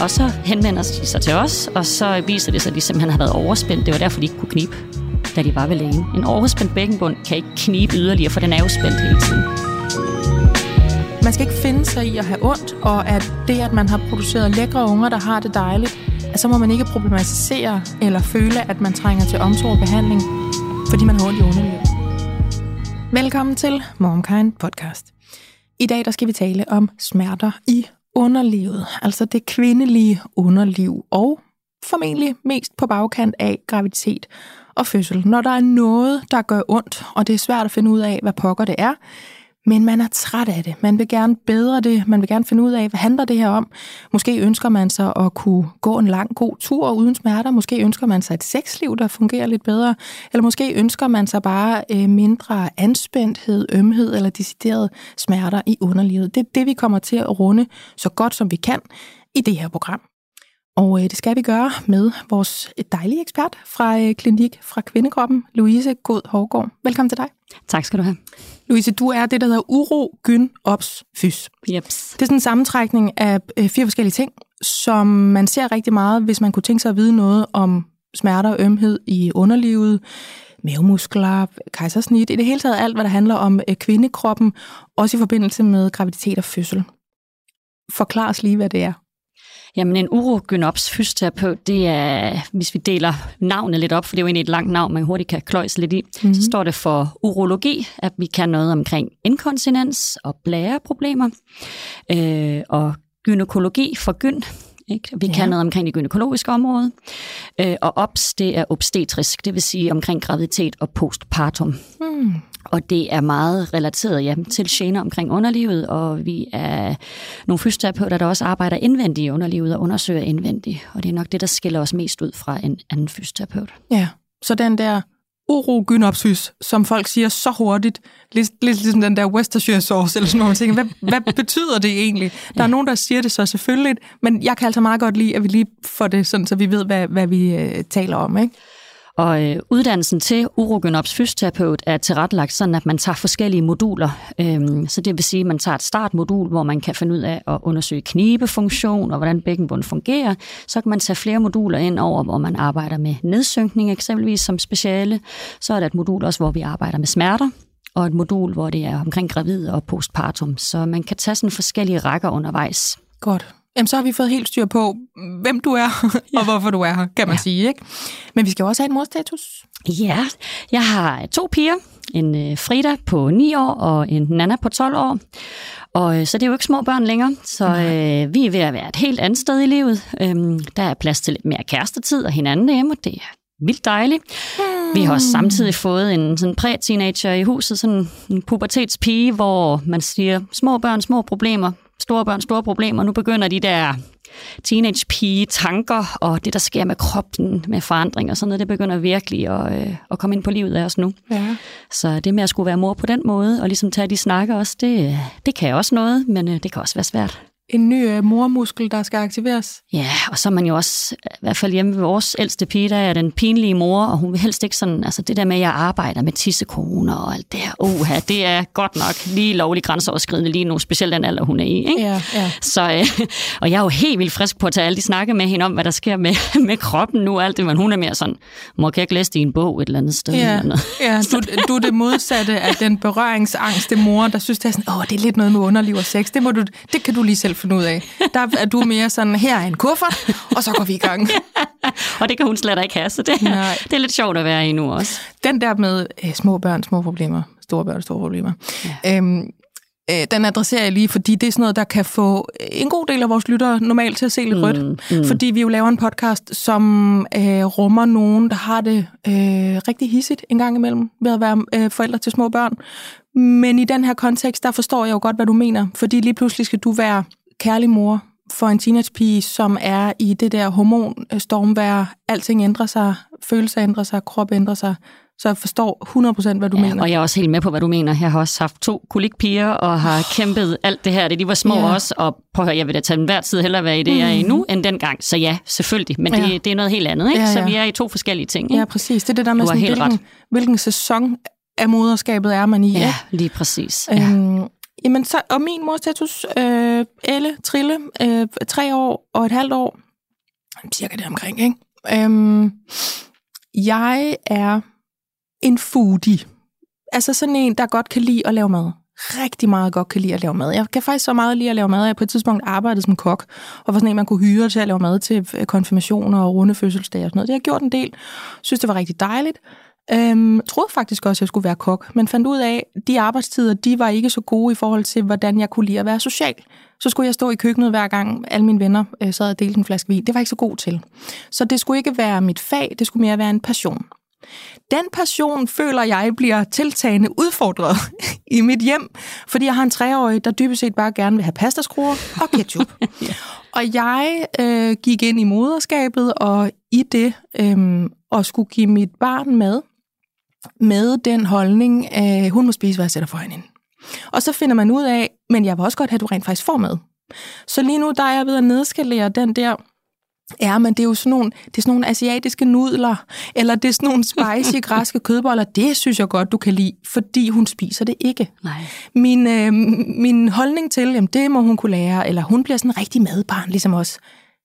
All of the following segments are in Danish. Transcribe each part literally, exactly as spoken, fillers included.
Og så henvender de sig til os, og så viser det sig, at de simpelthen har været overspændt. Det var derfor, de ikke kunne knibe, da de var ved lægen. En overspændt bækkenbund kan ikke knibe yderligere, for den er jo spændt hele tiden. Man skal ikke finde sig i at have ondt, og at det, at man har produceret lækre unger, der har det dejligt, så må man ikke problematisere eller føle, at man trænger til omsorg og behandling, fordi man har ondt i underlivet. Velkommen til MomKind podcast. I dag der skal vi tale om smerter i underlivet, altså det kvindelige underliv, og formentlig mest på bagkant af graviditet og fødsel. Når der er noget, der gør ondt, og det er svært at finde ud af, hvad pokker det er, men man er træt af det. Man vil gerne bedre det. Man vil gerne finde ud af, hvad handler det her om. Måske ønsker man sig at kunne gå en lang, god tur uden smerter. Måske ønsker man sig et sexliv, der fungerer lidt bedre. Eller måske ønsker man sig bare øh, mindre anspændthed, ømhed eller decideret smerter i underlivet. Det er det, vi kommer til at runde så godt, som vi kan i det her program. Og øh, det skal vi gøre med vores dejlige ekspert fra øh, Klinik fra Kvindekroppen, Louise God Hougaard. Velkommen til dig. Tak skal du have. Louise, du er det, der hedder uro, gyn, ops, fys. Jeps. Det er sådan en sammentrækning af øh, fire forskellige ting, som man ser rigtig meget, hvis man kunne tænke sig at vide noget om smerter og ømhed i underlivet, mavemuskler, kejsersnit, i det hele taget alt, hvad der handler om øh, kvindekroppen, også i forbindelse med graviditet og fødsel. Forklar os lige, hvad det er. Jamen en urogynops fysioterapeut, det er, hvis vi deler navnet lidt op, for det er jo egentlig et langt navn, man hurtigt kan kløjse lidt i, mm-hmm. så står det for urologi, at vi kan noget omkring inkontinens og blæreproblemer, øh, og gynækologi for gyn. Ikke? Vi ja. kan noget omkring det gynækologiske område, øh, og ops, det er obstetrisk, det vil sige omkring graviditet og postpartum. Mm. Og det er meget relateret ja, til gener omkring underlivet, og vi er nogle fysioterapeuter, der også arbejder indvendigt i underlivet og undersøger indvendigt. Og det er nok det, der skiller os mest ud fra en anden fysioterapeut. Ja, så den der urogynopsys, som folk siger så hurtigt, lidt, lidt ligesom den der Worcestershire sauce, eller sådan noget, man tænker, hvad, hvad betyder det egentlig? Der ja. er nogen, der siger det så selvfølgelig, men jeg kan altså meget godt lide, at vi lige får det sådan, så vi ved, hvad, hvad vi øh, taler om, ikke? Og øh, uddannelsen til urogynops fysioterapeut er tilrettelagt sådan, at man tager forskellige moduler. Øhm, så det vil sige, at man tager et startmodul, hvor man kan finde ud af at undersøge knibefunktion og hvordan bækkenbund fungerer. Så kan man tage flere moduler ind over, hvor man arbejder med nedsynkning eksempelvis som speciale. Så er der et modul også, hvor vi arbejder med smerter, og et modul, hvor det er omkring gravid og postpartum. Så man kan tage sådan forskellige rækker undervejs. Godt. Jamen, så har vi fået helt styr på, hvem du er, og ja. hvorfor du er her, kan man ja. sige, ikke? Men vi skal jo også have en morstatus. Ja, jeg har to piger. En Frida på ni år og en Nana på tolv år. Og så det er jo ikke små børn længere, så øh, vi er ved at være et helt andet sted i livet. Øhm, der er plads til lidt mere kærestetid og hinanden hjemme, og det er vildt dejligt. Mm. Vi har også samtidig fået en sådan præ-teenager i huset, sådan en pubertetspige, hvor man siger, små børn, små problemer, store børn, store problemer. Nu begynder de der teenage-pige-tanker, og det, der sker med kroppen, med forandring og sådan noget, det begynder virkelig at, øh, at komme ind på livet af os nu. Ja. Så det med at skulle være mor på den måde, og ligesom tage de snakker også, det, det kan også noget, men øh, det kan også være svært. En ny øh, mormuskel, der skal aktiveres. Ja, og så er man jo også, i hvert fald hjemme ved vores ældste pige, der er den pinlige mor, og hun vil helst ikke sådan, altså det der med, at jeg arbejder med tissekoner og alt det her, uha, det er godt nok lige lovligt grænseoverskridende lige nu, specielt den alder, hun er i, ikke? Ja, ja. Så, øh, og jeg er jo helt vildt frisk på at tage alle de snakke med hende om, hvad der sker med, med kroppen nu og alt det, men hun er mere sådan, må kan jeg ikke læse det i en bog et eller andet sted? Ja, eller noget. ja du, du er det modsatte af den berøringsangste mor, der synes, det er sådan, åh, det er lidt noget med underliv og sex, det, må du, det kan du lige selv finde ud af. Der er du mere sådan, her er en kuffert, og så går vi i gang. Ja, og det kan hun slet ikke have, så det, det er lidt sjovt at være i nu også. Den der med øh, små børn, små problemer, store børn, store problemer, ja. øhm, øh, den adresserer jeg lige, fordi det er sådan noget, der kan få en god del af vores lyttere normalt til at se lidt rødt. Mm, mm. Fordi vi jo laver en podcast, som øh, rummer nogen, der har det øh, rigtig hissigt en gang imellem ved at være øh, forældre til små børn. Men i den her kontekst, der forstår jeg jo godt, hvad du mener, fordi lige pludselig skal du være kærlig mor for en teenagepige, som er i det der hormonstormvejr. Alting ændrer sig, følelser ændrer sig, krop ændrer sig. Så jeg forstår hundrede procent, hvad du ja, mener. Og jeg er også helt med på, hvad du mener. Jeg har også haft to kolikpiger og har kæmpet alt det her. Det de var små ja. også, og prøv at høre, jeg vil da tage hver tid hellere være i det, mm. jeg er i nu, end dengang. Så ja, selvfølgelig. Men ja. det, det er noget helt andet, ikke? Ja, ja. Så vi er i to forskellige ting. Ikke? Ja, præcis. Det er det der med, sådan, hvilken, hvilken sæson af moderskabet er man i. Ja, ikke? lige præcis. Ja. Øhm, Jamen, så, og min morstatus, øh, Elle, Trille, øh, tre år og et halvt år, cirka det omkring, ikke? Øhm, jeg er en foodie. Altså sådan en, der godt kan lide at lave mad. Rigtig meget godt kan lide at lave mad. Jeg kan faktisk så meget lide at lave mad, at jeg på et tidspunkt arbejdede som kok, og var sådan en, man kunne hyre til at lave mad til konfirmationer og runde fødselsdage og sådan noget. Det har jeg gjort en del. Synes, det var rigtig dejligt. Øhm, troede faktisk også, at jeg skulle være kok, men fandt ud af, at de arbejdstider, de var ikke så gode i forhold til, hvordan jeg kunne lide at være social. Så skulle jeg stå i køkkenet hver gang alle mine venner øh, sad og delte en flaske vin. Det var jeg ikke så god til. Så det skulle ikke være mit fag, det skulle mere være en passion. Den passion føler jeg bliver tiltagende udfordret i mit hjem, fordi jeg har en treårig, der dybest set bare gerne vil have pastaskruer og ketchup. ja. Og jeg øh, gik ind i moderskabet, og i det øh, og skulle give mit barn mad med den holdning, at øh, hun må spise, hvad jeg sætter for hende. Og så finder man ud af, men jeg vil også godt have, at du rent faktisk får mad. Så lige nu der er jeg ved at nedskalere den der. Ja, men det er jo sådan nogle, det er sådan nogle asiatiske nudler, eller det er sådan nogle spicy græske kødboller. Det synes jeg godt, du kan lide, fordi hun spiser det ikke. Nej. Min, øh, min holdning til, jamen det må hun kunne lære, eller hun bliver sådan en rigtig madbarn, ligesom os.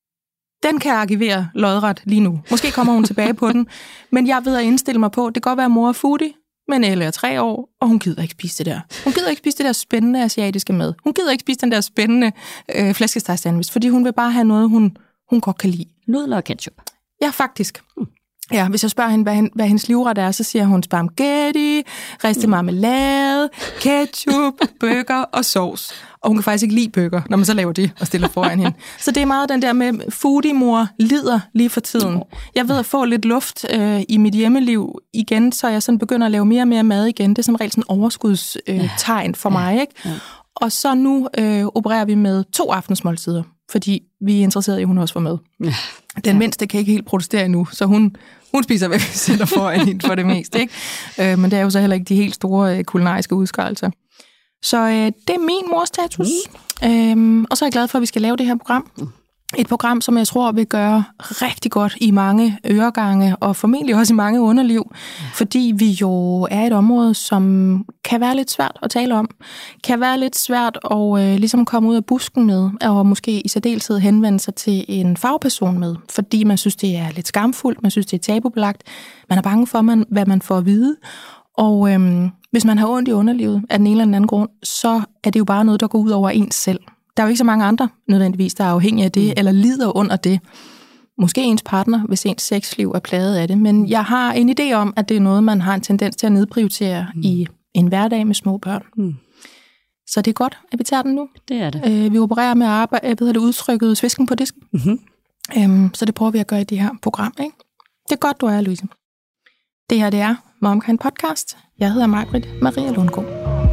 Den kan jeg arkivere lodret lige nu. Måske kommer hun tilbage på den, men jeg ved at indstille mig på, det kan godt være mor er foodie, men Elle er tre år, og hun gider ikke spise det der. Hun gider ikke spise det der spændende asiatiske mad. Hun gider ikke spise den der spændende øh, flæskestegsandwich, fordi hun vil bare have noget, hun hun godt kan lide. Nudler og ketchup. Ja, faktisk. Ja, hvis jeg spørger hende, hvad, hende, hvad hendes livret er, så siger hun spaghetti, ristet marmelade, ketchup, burger og sovs. Og hun kan faktisk ikke lide burger, når man så laver det og stiller foran hende. Så det er meget den der med, foodie-mor lider lige for tiden. Jeg ved at få lidt luft øh, i mit hjemmeliv igen, så jeg sådan begynder at lave mere og mere mad igen. Det er som regel sådan en overskudstegn øh, for mig, ikke? Ja. Og så nu øh, opererer vi med to aftensmåltider, fordi vi er interesserede i, at hun også får med. Ja. Den mindste kan ikke helt protestere endnu, så hun, hun spiser, hvad vi sætter foran hende for det meste. Ikke? Øh, men det er jo så heller ikke de helt store øh, kulinariske udskejelser. Så øh, det er min morstatus. Mm. Øh, og så er jeg glad for, at vi skal lave det her program. Et program, som jeg tror vil gøre rigtig godt i mange øregange, og formentlig også i mange underliv, fordi vi jo er et område, som kan være lidt svært at tale om, kan være lidt svært at øh, ligesom komme ud af busken med, og måske i særdeleshed henvende sig til en fagperson med, fordi man synes, det er lidt skamfuldt, man synes, det er tabubelagt, man er bange for, man, hvad man får at vide, og øh, hvis man har ondt i underlivet af den ene eller den anden grund, så er det jo bare noget, der går ud over ens selv. Der er jo ikke så mange andre nødvendigvis, der er afhængige af det, mm. eller lider under det. Måske ens partner, hvis ens sexliv er plaget af det. Men jeg har en idé om, at det er noget, man har en tendens til at nedprioritere mm. i en hverdag med små børn. Mm. Så det er godt, at vi tager den nu. Det er det. Øh, vi opererer med at arbejde, jeg ved, det udtrykket svisken på disken. Mm-hmm. Øhm, så det prøver vi at gøre i det her program. Ikke? Det er godt, du er, Louise. Det her, det er MomKind Podcast. Jeg hedder Maj-Britt Maria Lundgaard.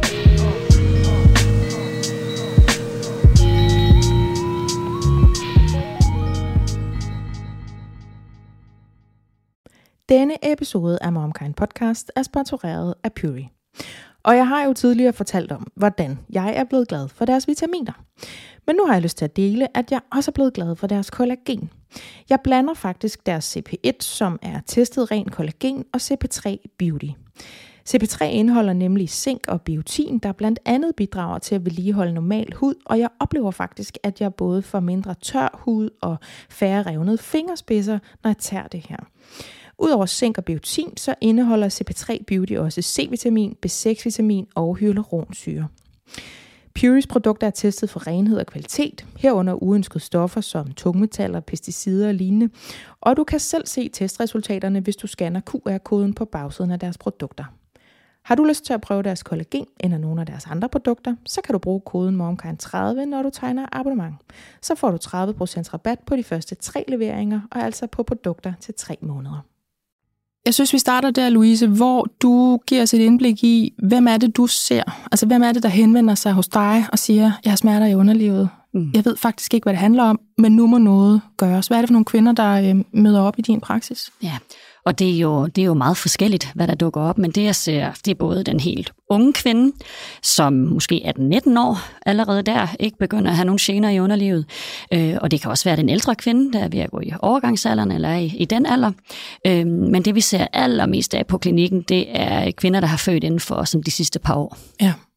Denne episode af MomKind Podcast er sponsoreret af Pury. Og jeg har jo tidligere fortalt om, hvordan jeg er blevet glad for deres vitaminer. Men nu har jeg lyst til at dele, at jeg også er blevet glad for deres kollagen. Jeg blander faktisk deres C P et, som er testet ren kollagen, og C P tre Beauty. C P tre indeholder nemlig zink og biotin, der blandt andet bidrager til at vedligeholde normal hud, og jeg oplever faktisk, at jeg både får mindre tør hud og færre revnede fingerspidser, når jeg tager det her. Udover zink og biotin, så indeholder C P tre Beauty også C-vitamin, B seks vitamin og hyaluronsyre. Purys produkter er testet for renhed og kvalitet, herunder uønskede stoffer som tungmetaller, pesticider og lignende. Og du kan selv se testresultaterne, hvis du scanner Q R-koden på bagsiden af deres produkter. Har du lyst til at prøve deres kollagen eller nogle af deres andre produkter, så kan du bruge koden MomKind tredive, når du tegner abonnement. Så får du tredive procent rabat på de første tre leveringer, og altså på produkter til tre måneder. Jeg synes, vi starter der, Louise, hvor du giver os et indblik i, hvem er det, du ser? Altså, hvem er det, der henvender sig hos dig og siger, jeg har smerter i underlivet. Mm. Jeg ved faktisk ikke, hvad det handler om, men nu må noget gøres. Hvad er det for nogle kvinder, der øh, møder op i din praksis? Ja, og det er, jo, det er jo meget forskelligt, hvad der dukker op, men det jeg ser, det er både den helt unge kvinde, som måske er nitten år allerede der, ikke begynder at have nogle gener i underlivet. Øh, og det kan også være den ældre kvinde, der er ved at gå i overgangsalderen eller i, i den alder. Øh, men det vi ser allermest af på klinikken, det er kvinder, der har født inden for som de sidste par år. Ja.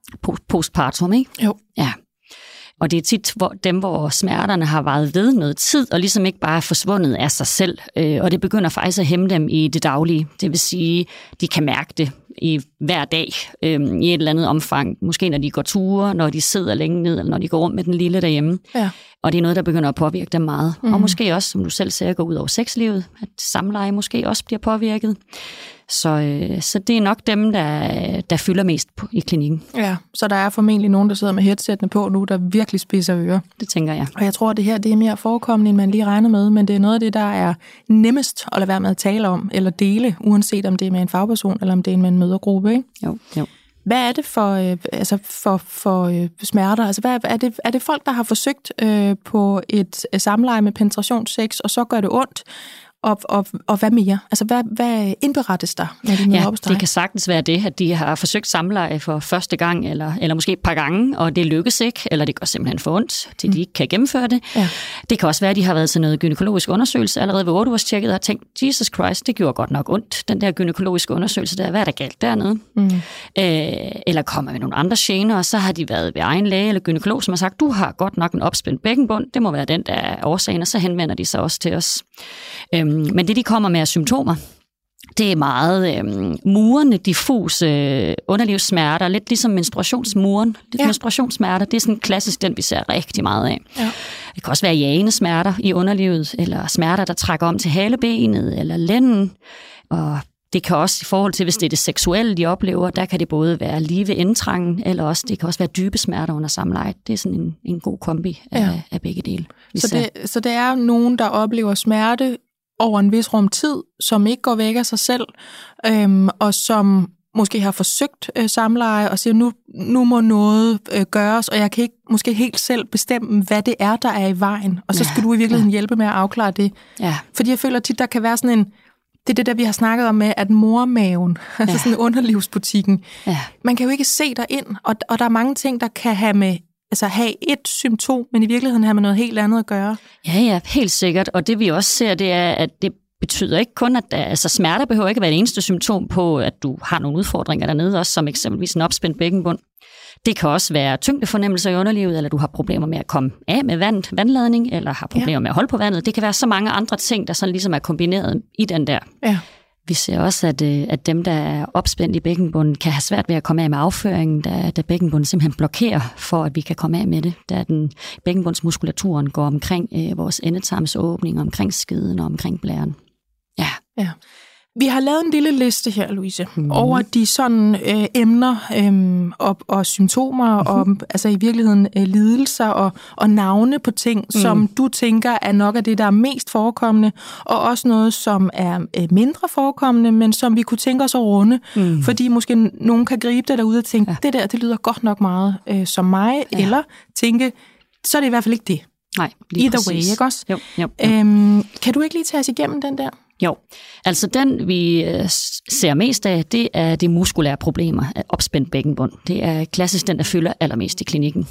postpartum, ikke? Jo. Ja. Og det er tit hvor, dem, hvor smerterne har varet ved noget tid, og ligesom ikke bare er forsvundet af sig selv. Øh, og det begynder faktisk at hæmme dem i det daglige. Det vil sige, de kan mærke det i hver dag øh, i et eller andet omfang. Måske når de går ture, når de sidder længe ned, eller når de går rundt med den lille derhjemme. Ja. Og det er noget, der begynder at påvirke dem meget. Mm. Og måske også, som du selv siger, går ud over sexlivet, at samleje måske også bliver påvirket. Så, øh, så det er nok dem, der, der fylder mest på, i klinikken. Ja, så der er formentlig nogen, der sidder med headsættene på nu, der virkelig spidser ører. Det tænker jeg. Og jeg tror, at det her det er mere forekommende, end man lige regner med, men det er noget af det, der er nemmest at lade være med at tale om, eller dele, uanset om det er med en fagperson, eller om det er med en mødergruppe, ikke? Jo, jo. Hvad er det for, øh, altså for, for øh, smerter? Altså, hvad, er, det, er det folk, der har forsøgt øh, på et øh, samleje med penetrationssex, og så gør det ondt? Og, og, og hvad mere? Altså, hvad, hvad indberettes der, når de møder ja, op hos dig? Det kan sagtens være det, at de har forsøgt samleje for første gang, eller, eller måske et par gange, og det lykkes ikke, eller det går simpelthen for ondt, til mm. de ikke kan gennemføre det. Ja. Det kan også være, at de har været til noget gynækologisk undersøgelse allerede ved otte ugers tjekket, og har tænkt, Jesus Christ, det gjorde godt nok ondt, den der gynækologiske undersøgelse der, hvad er der galt dernede? Mm. Øh, eller kommer med nogle andre gener, og så har de været ved egen læge eller gynækolog, som har sagt, du har godt nok en opspændt bækkenbund, det må være den, der er årsagen, og så henvender de sig også til os. Øhm, men det, de kommer med af symptomer, det er meget øhm, murende, diffuse øh, underlivssmerter, lidt ligesom menstruationsmuren. Lidt ja. menstruationssmerter, det er sådan klassisk den, vi ser rigtig meget af. Ja. Det kan også være jagende smerter i underlivet, eller smerter, der trækker om til halebenet, eller lænden. Og det kan også, i forhold til, hvis det er det seksuelle, de oplever, der kan det både være lige ved indtrangen, eller også, det kan også være dybe smerter under samleje. Det er sådan en, en god kombi af, ja. af begge dele. Så det, så det er nogen, der oplever smerte over en vis rum tid, som ikke går væk af sig selv, øhm, og som måske har forsøgt øh, samleje, og siger, nu, nu må noget øh, gøres, og jeg kan ikke måske helt selv bestemme, hvad det er, der er i vejen. Og så skal ja, du i virkeligheden ja. hjælpe med at afklare det. Ja. Fordi jeg føler tit, der kan være sådan en, det er det der, vi har snakket om med, at mormaven, ja. altså sådan underlivsbutikken, ja. man kan jo ikke se derind, og, og der er mange ting, der kan have med Altså have et symptom, men i virkeligheden har man noget helt andet at gøre. Ja, ja, helt sikkert. Og det vi også ser, det er, at det betyder ikke kun, at der, altså smerter behøver ikke at være det eneste symptom på, at du har nogle udfordringer dernede, også som eksempelvis en opspændt bækkenbund. Det kan også være tyngdefornemmelser i underlivet, eller du har problemer med at komme af med vand, vandladning, eller har problemer ja. med at holde på vandet. Det kan være så mange andre ting, der sådan ligesom er kombineret i den der. Ja. Vi ser også, at, at dem, der er opspændt i bækkenbunden, kan have svært ved at komme af med afføringen, da, da bækkenbunden simpelthen blokerer for, at vi kan komme af med det. Da den bækkenbundsmuskulaturen går omkring øh, vores endetarmsåbning, omkring skeden og omkring blæren. Ja. ja. Vi har lavet en lille liste her, Louise, mm. over de sådan øh, emner øh, og, og symptomer, mm-hmm. og altså i virkeligheden øh, lidelser og, og navne på ting, mm. som du tænker er nok af det, der er mest forekommende, og også noget, som er øh, mindre forekommende, men som vi kunne tænke os at runde, mm. fordi måske nogen kan gribe det derude og tænke, ja. det der, det lyder godt nok meget øh, som mig, ja. eller tænke, så er det i hvert fald ikke det. Nej, lige Either præcis. way, ikke også? Jo, jo, jo. Øhm, kan du ikke lige tage os igennem den der? Jo, altså den vi ser mest af, det er de muskulære problemer af opspændt bækkenbund. Det er klassisk den, der fylder allermest i klinikken.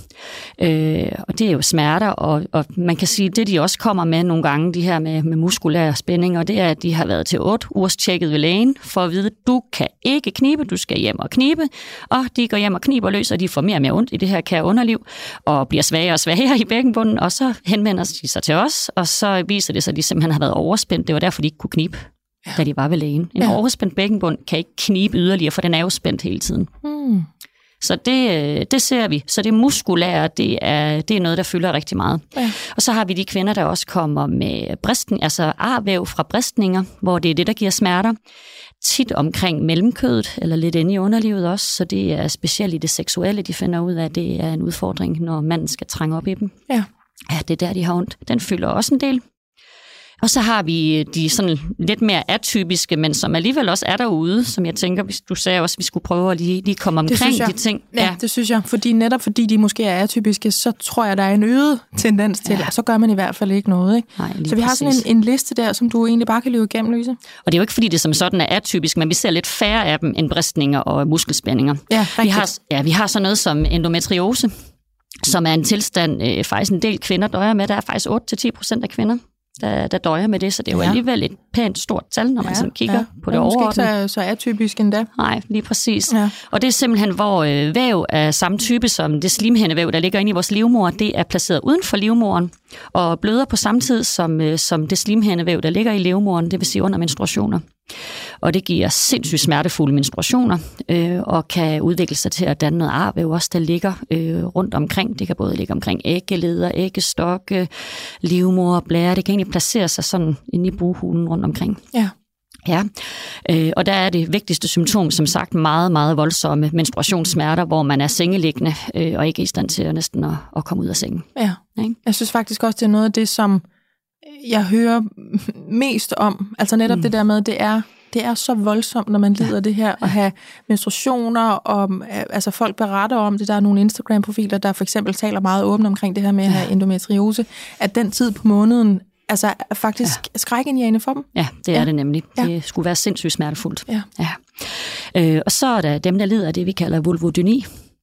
Øh, og det er jo smerter, og, og man kan sige, det de også kommer med nogle gange, de her med, med muskulære spændinger, det er, at de har været til otte ugers tjekket ved lægen, for at vide, at du kan ikke knibe, du skal hjem og knibe, og de går hjem og kniber løs, og de får mere og mere ondt i det her kære underliv, og bliver svagere og svagere i bækkenbunden, og så henvender de sig til os, og så viser det sig, at de simpelthen har været overspændt. Det var derfor, de ikke kunne knibe, ja. da de var ved lægen. En ja. overspændt bækkenbund kan ikke knibe yderligere, for den er jo spændt hele tiden. Mm. Så det, det ser vi. Så det muskulære, det er, det er noget, der fylder rigtig meget. Ja. Og så har vi de kvinder, der også kommer med bristen, altså arvæv fra bristninger, hvor det er det, der giver smerter. Tit omkring mellemkødet, eller lidt inde i underlivet også, så det er specielt i det seksuelle, de finder ud af, at det er en udfordring, når manden skal trænge op i dem. Ja. Ja, det er der, de har ondt. Den fylder også en del. Og så har vi de sådan lidt mere atypiske, men som alligevel også er derude, som jeg tænker, hvis du sagde også, at vi skulle prøve at lige, lige komme omkring de ting. Ja, ja, det synes jeg. Fordi netop fordi de måske er atypiske, så tror jeg, der er en øget tendens til, ja. og så gør man i hvert fald ikke noget. Ikke? Nej, så vi har sådan en, en liste der, som du egentlig bare kan løbe igennem, Louise. Og det er jo ikke, fordi det som sådan er atypisk, men vi ser lidt færre af dem end bristninger og muskelspændinger. Ja, vi har, ja, vi har sådan noget som endometriose, som er en tilstand, øh, faktisk en del kvinder døjer med. Der er faktisk otte til ti procent af kvinder, der, der døjer med det, så det er jo ja. alligevel et pænt stort tal, når man ja, sådan kigger ja. på det overordnet. Det er måske ikke så, så atypisk endda. Nej, lige præcis. Ja. Og det er simpelthen, hvor øh, væv er samme type som det slimhindevæv, der ligger inde i vores livmor, det er placeret uden for livmoren, og bløder på samme tid som, øh, som det slimhindevæv, der ligger i livmoren, det vil sige under menstruationer. Og det giver sindssygt smertefulde menstruationer, øh, og kan udvikle sig til at danne noget arvæv også, der ligger øh, rundt omkring. Det kan både ligge omkring æggeleder, æggestokke, livmor, blære. Det kan egentlig placere sig sådan inde i bughulen rundt omkring. Ja. Ja, øh, og der er det vigtigste symptom, som sagt, meget, meget voldsomme menstruationssmerter, hvor man er sengeliggende øh, og ikke er i stand til at næsten at, at komme ud af sengen. Ja, ikke? Jeg synes faktisk også, det er noget af det, som jeg hører mest om. Altså netop mm. det der med, det er, det er så voldsomt, når man lider ja. det her, at have menstruationer, og altså folk beretter om det. Der er nogle Instagram-profiler, der for eksempel taler meget åbent omkring det her med at have endometriose, at den tid på måneden altså er faktisk ja. skrækindjagende for dem. Ja, det er ja. det nemlig. Det ja. skulle være sindssygt smertefuldt. Ja. Ja. Øh, og så er der dem, der lider af det, vi kalder vulvodyni.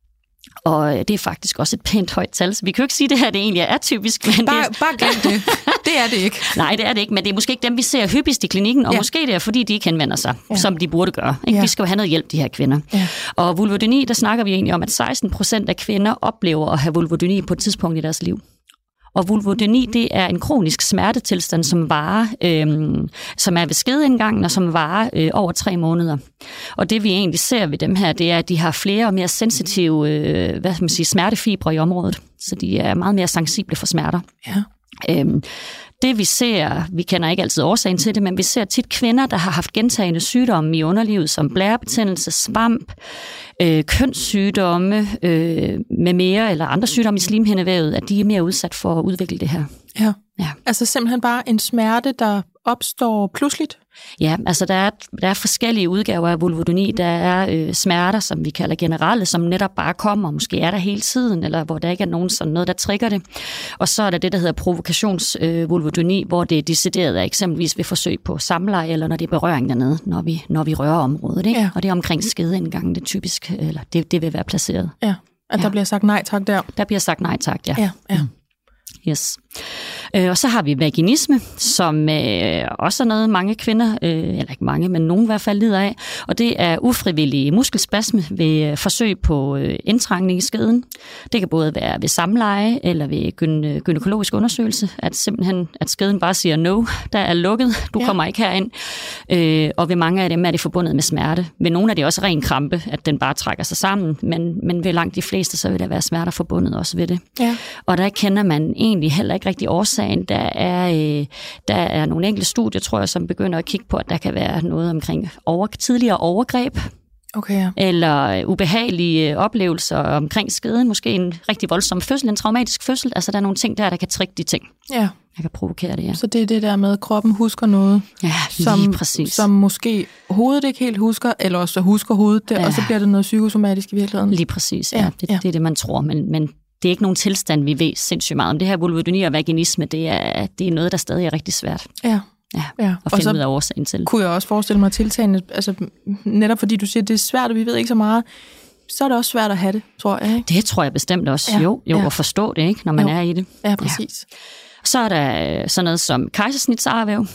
Og det er faktisk også et pænt højt tal. Så vi kan jo ikke sige, at det her det egentlig er atypisk. Men bare, det... bare glem det. Det er det ikke. Nej, det er det ikke, men det er måske ikke dem, vi ser hyppigst i klinikken, og ja. måske det er, fordi de ikke henvender sig, ja. som de burde gøre. Ikke? Ja. Vi skal jo have noget hjælp, de her kvinder. Ja. Og vulvodyni, der snakker vi egentlig om, at seksten procent af kvinder oplever at have vulvodyni på et tidspunkt i deres liv. Og vulvodyni, det er en kronisk smertetilstand, som varer, øh, som er ved skedeindgangen, og som varer øh, over tre måneder. Og det vi egentlig ser ved dem her, det er, at de har flere og mere sensitive øh, hvad skal man sige, smertefibre i området. Så de er meget mere sensible for smerter. Ja. Øhm, det vi ser, vi kender ikke altid årsagen til det, men vi ser tit kvinder, der har haft gentagende sygdomme i underlivet, som blærebetændelse, svamp, øh, kønssygdomme øh, med mere, eller andre sygdomme i slimhindevævet, at de er mere udsat for at udvikle det her. Ja, ja. Altså simpelthen bare en smerte, der opstår pludseligt? Ja, altså der er, der er forskellige udgaver af vulvodyni. Der er øh, smerter, som vi kalder generelle, som netop bare kommer, måske er der hele tiden, eller hvor der ikke er nogen sådan noget, der trigger det. Og så er der det, der hedder provokationsvulvodyni, øh, hvor det er decideret af eksempelvis ved forsøg på samleje, eller når det er berøring dernede, når vi, når vi rører området. Ikke? Ja. Og det er omkring skedeindgangen, det typisk, eller det, det vil være placeret. Ja, at ja. der bliver sagt nej tak der. Der bliver sagt nej tak, ja. Ja, ja. Mm. Yes. Øh, og så har vi vaginisme, som øh, også er noget, mange kvinder, øh, eller ikke mange, men nogen i hvert fald lider af. Og det er ufrivillig muskelspasme ved øh, forsøg på øh, indtrængning i skeden. Det kan både være ved samleje eller ved gyn- gynækologisk undersøgelse, at simpelthen at skeden bare siger no, der er lukket, du ja. kommer ikke herind. Øh, og ved mange af dem er det forbundet med smerte. Ved nogle er det også ren krampe, at den bare trækker sig sammen, men, men ved langt de fleste, så vil der være smerter forbundet også ved det. Ja. Og der kender man egentlig heller ikke rigtig årsagen. Der er, øh, der er nogle enkelte studier, tror jeg, som begynder at kigge på, at der kan være noget omkring over, tidligere overgreb, okay, ja. eller ubehagelige oplevelser omkring skeden, måske en rigtig voldsom fødsel, en traumatisk fødsel. Altså der er nogle ting der, der kan trigge de ting. Ja. Jeg kan provokere det, ja. Så det er det der med, at kroppen husker noget, ja, som, præcis. som måske hovedet ikke helt husker, eller også så husker hovedet det, ja. og så bliver det noget psykosomatisk i virkeligheden. Lige præcis, ja. ja. Det, ja. det er det, man tror, men, men det er ikke nogen tilstand, vi ved sindssygt meget om. Det her vulvodyni og vaginisme, det er, det er noget, der stadig er rigtig svært. Ja. Ja, ja. og finde ud af årsagen til. Kunne jeg også forestille mig tiltagende, altså netop fordi du siger, at det er svært, og vi ved ikke så meget, så er det også svært at have det, tror jeg. Ikke? Det tror jeg bestemt også. Ja. Jo, jo ja. at forstå det, ikke, når man jo. er i det. Ja, præcis. Ja. Så er der sådan noget som kejsersnitsarvæv,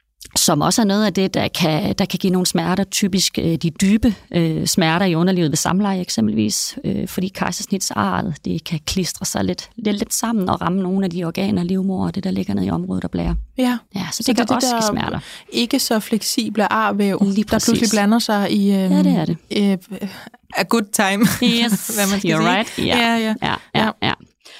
som også er noget af det, der kan, der kan give nogle smerter, typisk øh, de dybe øh, smerter i underlivet ved samleje eksempelvis, øh, fordi kejsersnitsarret, det kan klistre sig lidt, lidt, lidt sammen og ramme nogle af de organer, livmor og det, der ligger nede i området og blærer. Ja, ja så det, så kan det også det give smerter. Ikke så fleksible arvæv, der pludselig blander sig i øh, ja, det er det. Øh, a good time, yes, hvad man skal you're sige. Right. Ja, ja, ja. ja, ja, ja.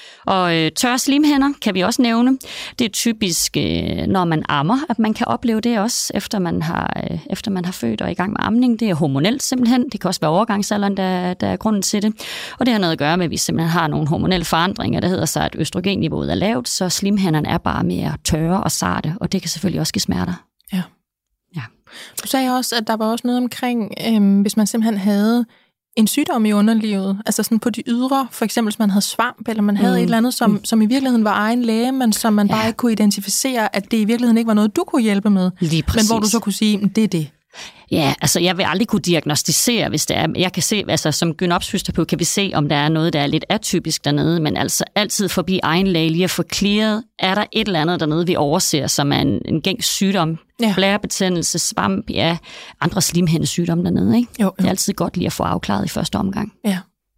Og øh, tørre slimhænder kan vi også nævne. Det er typisk, øh, når man ammer, at man kan opleve det også, efter man har, øh, efter man har født og er i gang med amning. Det er hormonelt simpelthen. Det kan også være overgangsalderen, der, der er grunden til det. Og det har noget at gøre med, at vi simpelthen har nogle hormonelle forandringer, der hedder sig, at østrogenniveauet er lavt, så slimhænderne er bare mere tørre og sarte, og det kan selvfølgelig også give smerter. Ja. Ja. Du sagde også, at der var også noget omkring, øh, hvis man simpelthen havde en sygdom i underlivet, altså sådan på de ydre, for eksempel hvis man havde svamp, eller man havde mm. et eller andet, som, som i virkeligheden var egen læge, men som man ja. bare ikke kunne identificere, at det i virkeligheden ikke var noget, du kunne hjælpe med. Lige præcis. Men hvor du så kunne sige, det er det. Ja, altså jeg vil aldrig kunne diagnostisere, hvis det er. Jeg kan se, altså som gynopsfysioterapeut kan vi se, om der er noget, der er lidt atypisk dernede, men altså altid forbi egen læge lige at få clearet, er der et eller andet dernede, vi overser, som er en, en gængs sygdom, ja. Blærebetændelse, svamp, ja, andre slimhindesygdomme dernede, ikke? Jo, jo. Det er altid godt lige at få afklaret i første omgang. Ja.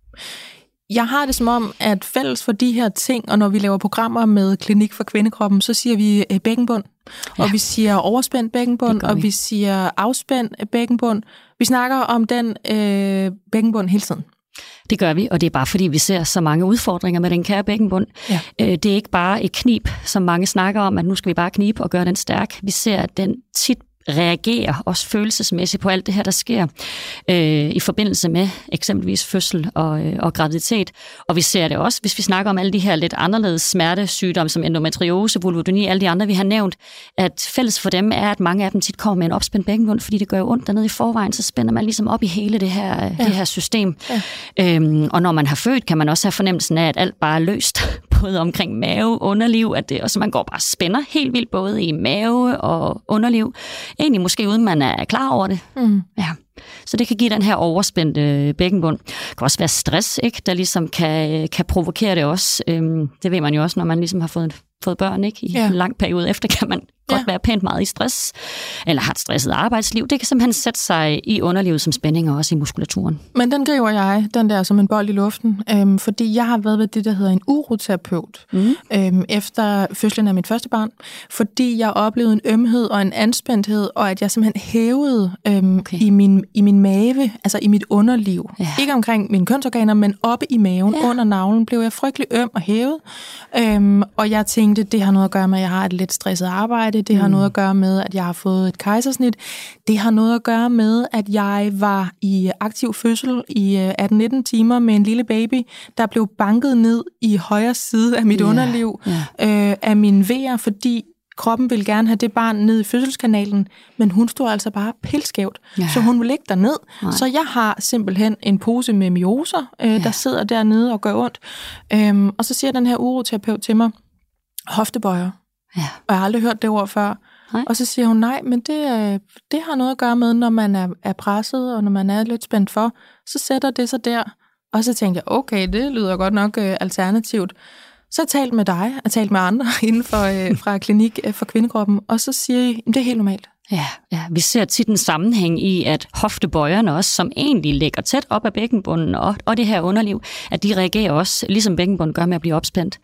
Jeg har det som om, at fælles for de her ting, og når vi laver programmer med Klinik for Kvindekroppen, så siger vi bækkenbund, ja. Og vi siger overspændt bækkenbund, og vi. vi siger afspændt bækkenbund. Vi snakker om den øh, bækkenbund hele tiden. Det gør vi, og det er bare fordi, vi ser så mange udfordringer med den kære bækkenbund. Ja. Det er ikke bare et knib, som mange snakker om, at nu skal vi bare knibe og gøre den stærk. Vi ser, at den tit reagerer også følelsesmæssigt på alt det her, der sker øh, i forbindelse med eksempelvis fødsel og, øh, og graviditet. Og vi ser det også, hvis vi snakker om alle de her lidt anderledes smertesygdomme, som endometriose, vulvodyni, alle de andre, vi har nævnt, at fælles for dem er, at mange af dem tit kommer med en opspændt bækkenbund, fordi det gør jo ondt dernede i forvejen, så spænder man ligesom op i hele det her, ja. det her system. Ja. Øhm, og når man har født, kan man også have fornemmelsen af, at alt bare er løst, både omkring mave, underliv, at det, og så man går bare spænder helt vildt, både i mave og underliv. Egentlig måske uden man er klar over det. Mm. Ja. Så det kan give den her overspændte bækkenbund. Det kan også være stress, ikke, der ligesom kan, kan provokere det også. Øhm, det ved man jo også, når man ligesom har fået, fået børn, ikke? I ja. en lang periode efter kan man godt ja. være pænt meget i stress, eller har et stresset arbejdsliv. Det kan simpelthen sætte sig i underlivet som spændinger, også i muskulaturen. Men den griber jeg, den der som en bold i luften, øhm, fordi jeg har været ved det, der hedder en uroterapeut, mm. øhm, efter fødslen af mit første barn, fordi jeg oplevede en ømhed og en anspændthed, og at jeg simpelthen hævede øhm, okay. i, min, i min mave, altså i mit underliv. Ja. Ikke omkring mine kønsorganer, men oppe i maven, ja. under navlen, blev jeg frygtelig øm og hævet. Øhm, og jeg tænkte, det har noget at gøre med, at jeg har et lidt stresset arbejde. Det har mm. noget at gøre med, at jeg har fået et kejsersnit. Det har noget at gøre med, at jeg var i aktiv fødsel i atten nitten timer med en lille baby, der blev banket ned i højre side af mit yeah. underliv, yeah. Øh, af mine vejer, fordi kroppen ville gerne have det barn ned i fødselskanalen, men hun stod altså bare pilskævt, yeah. så hun ville ligge derned. Nej. Så jeg har simpelthen en pose med myoser, øh, yeah. der sidder dernede og gør ondt. Øhm, og så siger den her uroterapeut til mig, hoftebøjer. Ja. Og jeg har aldrig hørt det ord før. Nej. Og så siger hun, nej, men det, det har noget at gøre med, når man er, er presset, og når man er lidt spændt for, så sætter det sig der. Og så tænkte jeg, okay, det lyder godt nok øh, alternativt. Så jeg talt med dig, og talt med andre inden for øh, fra Klinik for Kvindekroppen, og så siger I, det er helt normalt. Ja, ja, vi ser tit en sammenhæng i, at hoftebøjerne også, som egentlig ligger tæt op af bækkenbunden og, og det her underliv, at de reagerer også, ligesom bækkenbunden gør med at blive opspændt.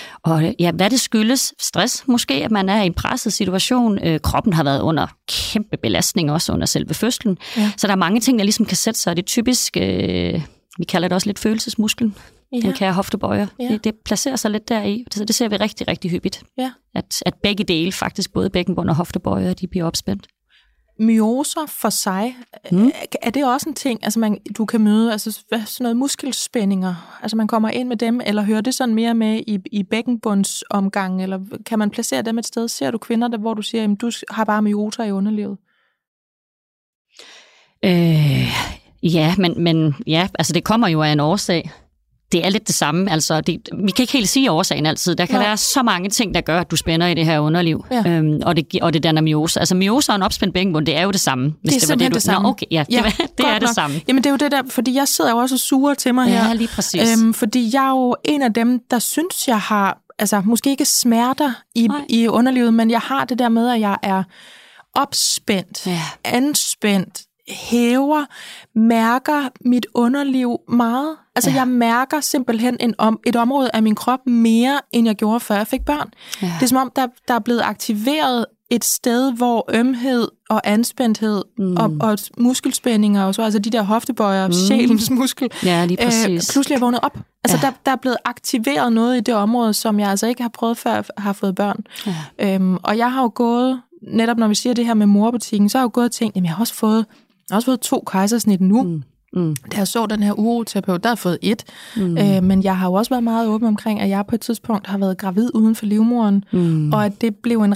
Og ja, hvad det skyldes? Stress måske, at man er i en presset situation. Øh, kroppen har været under kæmpe belastning også under selve fødslen. Ja. Så der er mange ting, der ligesom kan sætte sig. Det er typisk, øh, vi kalder det også lidt følelsesmusklen. Ja. Den kære hoftebøjer. Ja. Det, det placerer sig lidt deri. Det, det ser vi rigtig, rigtig hyppigt. Ja. At, at begge dele, faktisk både bækkenbund og hoftebøjer, de bliver opspændt. Myoser for sig, mm. er det også en ting, altså man, du kan møde, altså sådan noget muskelspændinger, altså man kommer ind med dem, eller hører det sådan mere med i, i bækkenbundsomgangen, eller kan man placere dem et sted? Ser du kvinder, der, hvor du siger, at du har bare myoser i underlivet? Øh, ja, men, men ja, altså det kommer jo af en årsag. Det er lidt det samme. Altså, det, vi kan ikke helt sige årsagen altid. Der kan ja. være så mange ting, der gør, at du spænder i det her underliv. Ja. Øhm, og, det, og det der myose. Altså myose og en opspændt bækkenbund, det er jo det samme. Hvis det er det var det, du... det samme. Nå, okay, ja, ja, det, det er det samme. Jamen det er jo det der, fordi jeg sidder jo også og suger til mig ja, her. Ja, lige præcis. Øhm, fordi jeg er jo en af dem, der synes, jeg har, altså måske ikke smerter i, i underlivet, men jeg har det der med, at jeg er opspændt, ja. anspændt, hæver, mærker mit underliv meget. Altså, ja. jeg mærker simpelthen en om, et område af min krop mere, end jeg gjorde, før jeg fik børn. Ja. Det er som om, der, der er blevet aktiveret et sted, hvor ømhed og anspændthed mm. og, og muskelspændinger, og så, altså de der hoftebøjer, mm. sjælens muskel, ja, lige præcis. Øh, pludselig er vågnet op. Altså, ja. der, der er blevet aktiveret noget i det område, som jeg altså ikke har prøvet, før jeg har fået børn. Ja. Øhm, og jeg har jo gået, netop når vi siger det her med morbutikken, så har jeg jo gået og tænkt, jamen, jeg har også fået Jeg har også fået to kejsersnit nu. Mm. Mm. Da jeg så den her uroterapeut, der har fået et. Mm. Øh, men jeg har jo også været meget åben omkring, at jeg på et tidspunkt har været gravid uden for livmoderen, mm. og at det blev en ret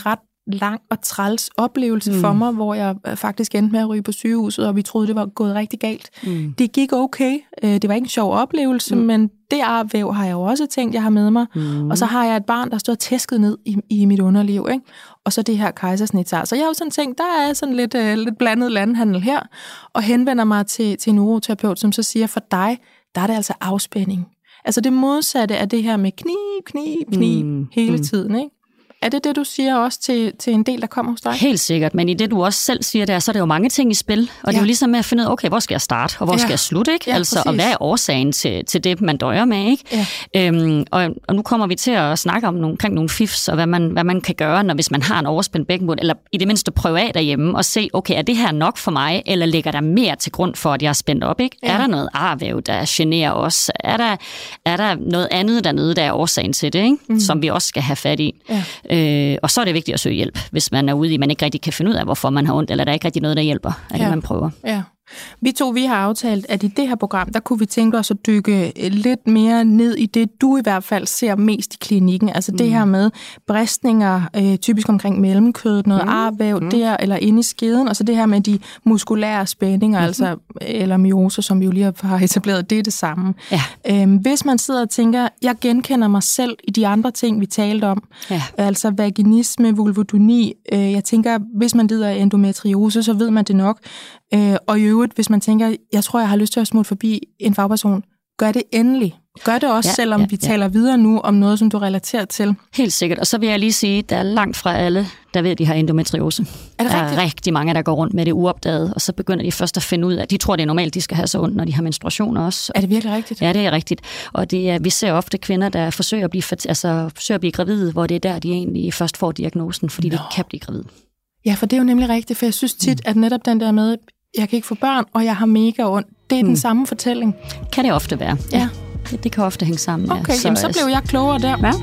lang og træls oplevelse mm. for mig, hvor jeg faktisk endte med at ryge på sygehuset, og vi troede, det var gået rigtig galt. Mm. Det gik okay. Det var ikke en sjov oplevelse, mm. men det arvæv har jeg jo også tænkt, jeg har med mig. Mm. Og så har jeg et barn, der står tæsket ned i, i mit underliv, ikke? Og så det her kejsersnitsar. Så jeg har jo sådan tænkt, der er sådan lidt, uh, lidt blandet landhandel her, og henvender mig til, til en uroterapeut, som så siger, for dig, der er det altså afspænding. Altså det modsatte af det her med knib, knib, knib mm. hele tiden, ikke? Er det det, du siger også til, til en del, der kommer hos dig? Helt sikkert, men i det, du også selv siger der, så er der jo mange ting i spil, og ja. Det er jo ligesom med at finde ud af, okay, hvor skal jeg starte, og hvor ja. Skal jeg slutte, ikke? Ja, altså, og hvad er årsagen til, til det, man døjer med, ikke? Ja. Øhm, og, og nu kommer vi til at snakke om nogle, omkring nogle fifs, og hvad man, hvad man kan gøre, når, hvis man har en overspændt bækkenbund, eller i det mindste prøve af derhjemme, og se, okay, er det her nok for mig, eller ligger der mere til grund for, at jeg er spændt op, ikke? Ja. Er der noget arvæv, der generer os? Er der, er der noget andet dernede, der er årsagen til det, ikke? Mm. Som vi også skal have fat i? Ja. Øh, og så er det vigtigt at søge hjælp, hvis man er ude i, man ikke rigtig kan finde ud af, hvorfor man har ondt, eller der er ikke rigtig noget, der hjælper af ja. Det, man prøver. Ja. Vi to, vi har aftalt, at i det her program, der kunne vi tænke os at dykke lidt mere ned i det, du i hvert fald ser mest i klinikken. Altså mm. det her med bristninger, øh, typisk omkring mellemkødet, noget mm. arvæv mm. der, eller inde i skeden, og så det her med de muskulære spændinger, mm. altså, eller myoser, som vi jo lige har etableret, det er det samme. Ja. Øhm, hvis man sidder og tænker, jeg genkender mig selv i de andre ting, vi talte om, ja. Altså vaginisme, vulvodoni, øh, jeg tænker, hvis man lider af endometriose, så ved man det nok. Øh, og i øvrigt, hvis man tænker, jeg tror, jeg har lyst til at smutte forbi en fagperson, gør det endelig. Gør det også, ja, selvom ja, vi ja. Taler videre nu om noget, som du relaterer til. Helt sikkert. Og så vil jeg lige sige, at der er langt fra alle, der ved, at de har endometriose. Er det der rigtigt? er rigtig mange, der går rundt med det uopdaget, og så begynder de først at finde ud af, at de tror, det er normalt, de skal have så ondt, når de har menstruation også. Er det virkelig rigtigt? Ja, det er rigtigt. Og det er, vi ser ofte kvinder, der forsøger at blive, altså, forsøger at blive gravide, hvor det er der, de egentlig først får diagnosen, fordi Nå. De kan blive gravide. Ja, for det er jo nemlig rigtigt, for jeg synes tit, mm. at netop den der med, jeg kan ikke få børn, og jeg har mega ondt, det er mm. den samme fortælling. Kan det ofte være. Ja. ja. Det, det kan ofte hænge sammen. Okay, ja. så, jamen, så blev jeg klogere der. Ja.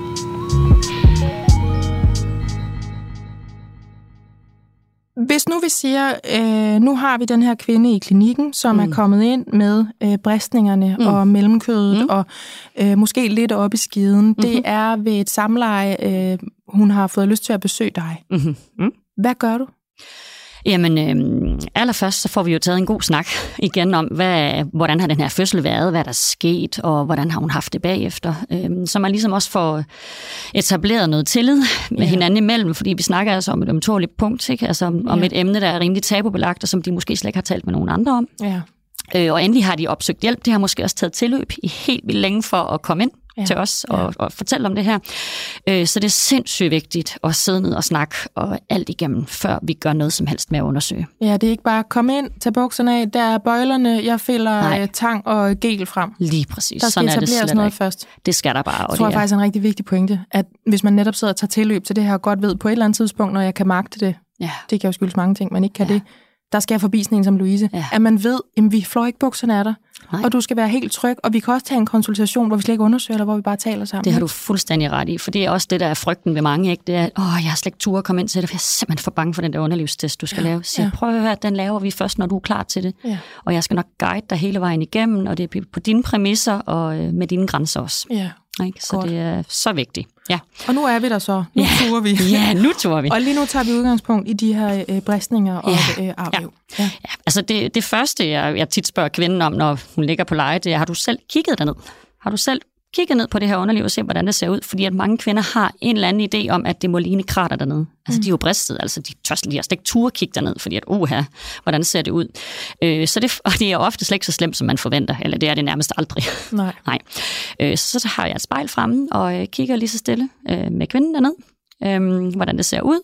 Hvis nu vi siger, øh, nu har vi den her kvinde i klinikken, som mm. er kommet ind med øh, bristningerne mm. og mellemkødet, mm. og øh, måske lidt op i skeden. Mm-hmm. Det er ved et samleje, øh, hun har fået lyst til at besøge dig. Mm-hmm. Mm. Hvad gør du? Jamen, øh, allerførst så får vi jo taget en god snak igen om, hvad, hvordan har den her fødsel været, hvad der er sket, og hvordan har hun haft det bagefter. Øh, så man ligesom også får etableret noget tillid med ja. Hinanden imellem, fordi vi snakker altså om et ømtåligt punkt, ikke? Altså om, ja. Om et emne, der er rimelig tabubelagt, og som de måske slet ikke har talt med nogen andre om. Ja. Øh, og endelig har de opsøgt hjælp. De har måske også taget tilløb i helt vildt længe for at komme ind. Ja. Til os og, ja. og fortælle om det her. Øh, så det er sindssygt vigtigt at sidde ned og snakke og alt igennem, før vi gør noget som helst med at undersøge. Ja, det er ikke bare komme ind, tage bukserne af, der er bøjlerne, jeg fælder Nej. Tang og gel frem. Lige præcis. Der skal sådan etableres er det noget ikke. Først. Det skal der bare. Det tror jeg faktisk er en rigtig vigtig pointe, at hvis man netop sidder og tager tilløb til det her, godt ved på et eller andet tidspunkt, når jeg kan magte det, ja. Det kan jo skyldes mange ting, man ikke kan ja. Det, der skal jeg forbi sådan en som Louise, ja. At man ved, at vi flår ikke bukserne af dig, Nej. Og du skal være helt tryg, og vi kan også tage en konsultation, hvor vi slet ikke undersøger, eller hvor vi bare taler sammen. Det har du fuldstændig ret i, for det er også det, der er frygten ved mange, ikke? Det er, åh, jeg har slet ikke tur at komme ind til det, for jeg er simpelthen for bange for den der underlivstest, du skal ja. Lave. Så ja. Prøv at høre, den laver vi først, når du er klar til det. Ja. Og jeg skal nok guide dig hele vejen igennem, og det er på dine præmisser, og med dine grænser også. Ja. Ikke? Så Godt. Det er så vigtigt. Ja. Og nu er vi der så. Nu ja. turer vi. Ja, nu turer vi. Og lige nu tager vi udgangspunkt i de her øh, bristninger og ja. øh, arvæv. Ja. Ja. Ja. Altså det, det første, jeg, jeg tit spørger kvinden om, når hun ligger på leje, det er, har du selv kigget derned? Har du selv kigget ned på det her underliv og se, hvordan det ser ud? Fordi at mange kvinder har en eller anden idé om, at det må ligne krater dernede. Altså, mm. de er jo bristet, altså de tør slet ikke ture kigge derned, fordi at, uha, hvordan ser det ud? Øh, så det, og det er ofte slet ikke så slemt, som man forventer, eller det er det nærmest aldrig. Nej. Nej. Øh, så, så har jeg et spejl fremme, og øh, kigger lige så stille øh, med kvinden dernede, øh, hvordan det ser ud.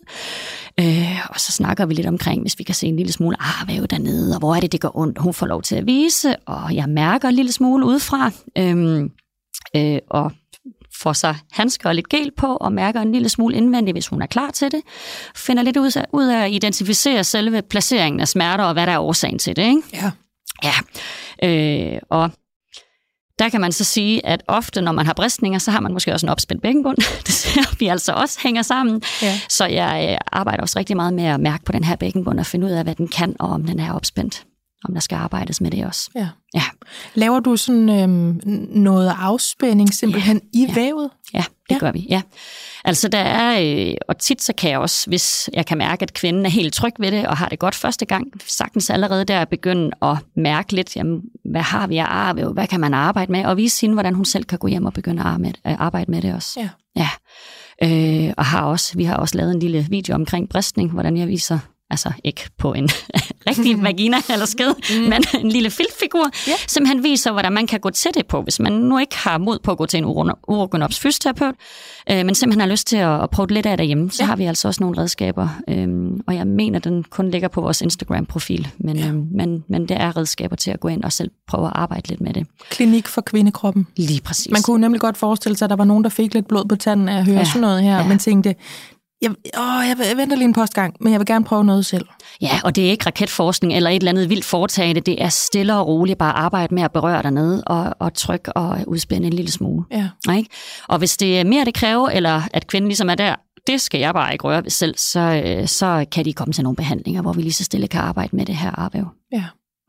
Øh, og så snakker vi lidt omkring, hvis vi kan se en lille smule arvæv dernede, og hvor er det, det gør ondt. Hun får lov til at vise, og jeg mærker en lille smule udefra, øh, øh, og får så handsker og lidt gel på, og mærker en lille smule indvendigt, hvis hun er klar til det. Finder lidt ud af, ud af at identificere selve placeringen af smerter, og hvad der er årsagen til det, ikke? Ja. Ja. Øh, og der kan man så sige, at ofte, når man har bristninger, så har man måske også en opspændt bækkenbund. Det ser vi altså også hænger sammen. Ja. Så jeg arbejder også rigtig meget med at mærke på den her bækkenbund, og finde ud af, hvad den kan, og om den er opspændt. om der skal arbejdes med det også. Ja. Ja. Laver du sådan øhm, noget afspænding simpelthen ja. i ja. vævet? Ja, det ja. gør vi, ja. Altså der er, øh, og tit så kan jeg også, hvis jeg kan mærke, at kvinden er helt tryg ved det, og har det godt første gang, sagtens allerede der begynde at mærke lidt, jamen, hvad har vi at arbejde, hvad kan man arbejde med, og vise hende, hvordan hun selv kan gå hjem og begynde at arbejde med det også. Ja. Ja. Øh, og har også, vi har også lavet en lille video omkring bristning, hvordan jeg viser, altså ikke på en rigtig vagina eller sked, mm. men en lille filtfigur, yeah. som han viser, hvordan man kan gå til det på, hvis man nu ikke har mod på at gå til en urogynops fysioterapeut, øh, men simpelthen har lyst til at, at prøve lidt af derhjemme, så yeah. har vi altså også nogle redskaber, øh, og jeg mener, den kun ligger på vores Instagram-profil, men, yeah. øh, men, men det er redskaber til at gå ind og selv prøve at arbejde lidt med det. Klinik for kvindekroppen. Lige præcis. Man kunne nemlig godt forestille sig, at der var nogen, der fik lidt blod på tanden af at høre ja. sådan noget her, ja. men tænkte, Jeg, åh, jeg venter lige en postgang, men jeg vil gerne prøve noget selv. Ja, og det er ikke raketforskning eller et eller andet vildt foretagende. Det er stille og roligt bare arbejde med at berøre dernede og, og trykke og udspænde en lille smule. Ja. Ikke? Og hvis det er mere, det kræver, eller at kvinden ligesom er der, det skal jeg bare ikke røre ved selv, så, så kan de komme til nogle behandlinger, hvor vi lige så stille kan arbejde med det her arvæv. Ja.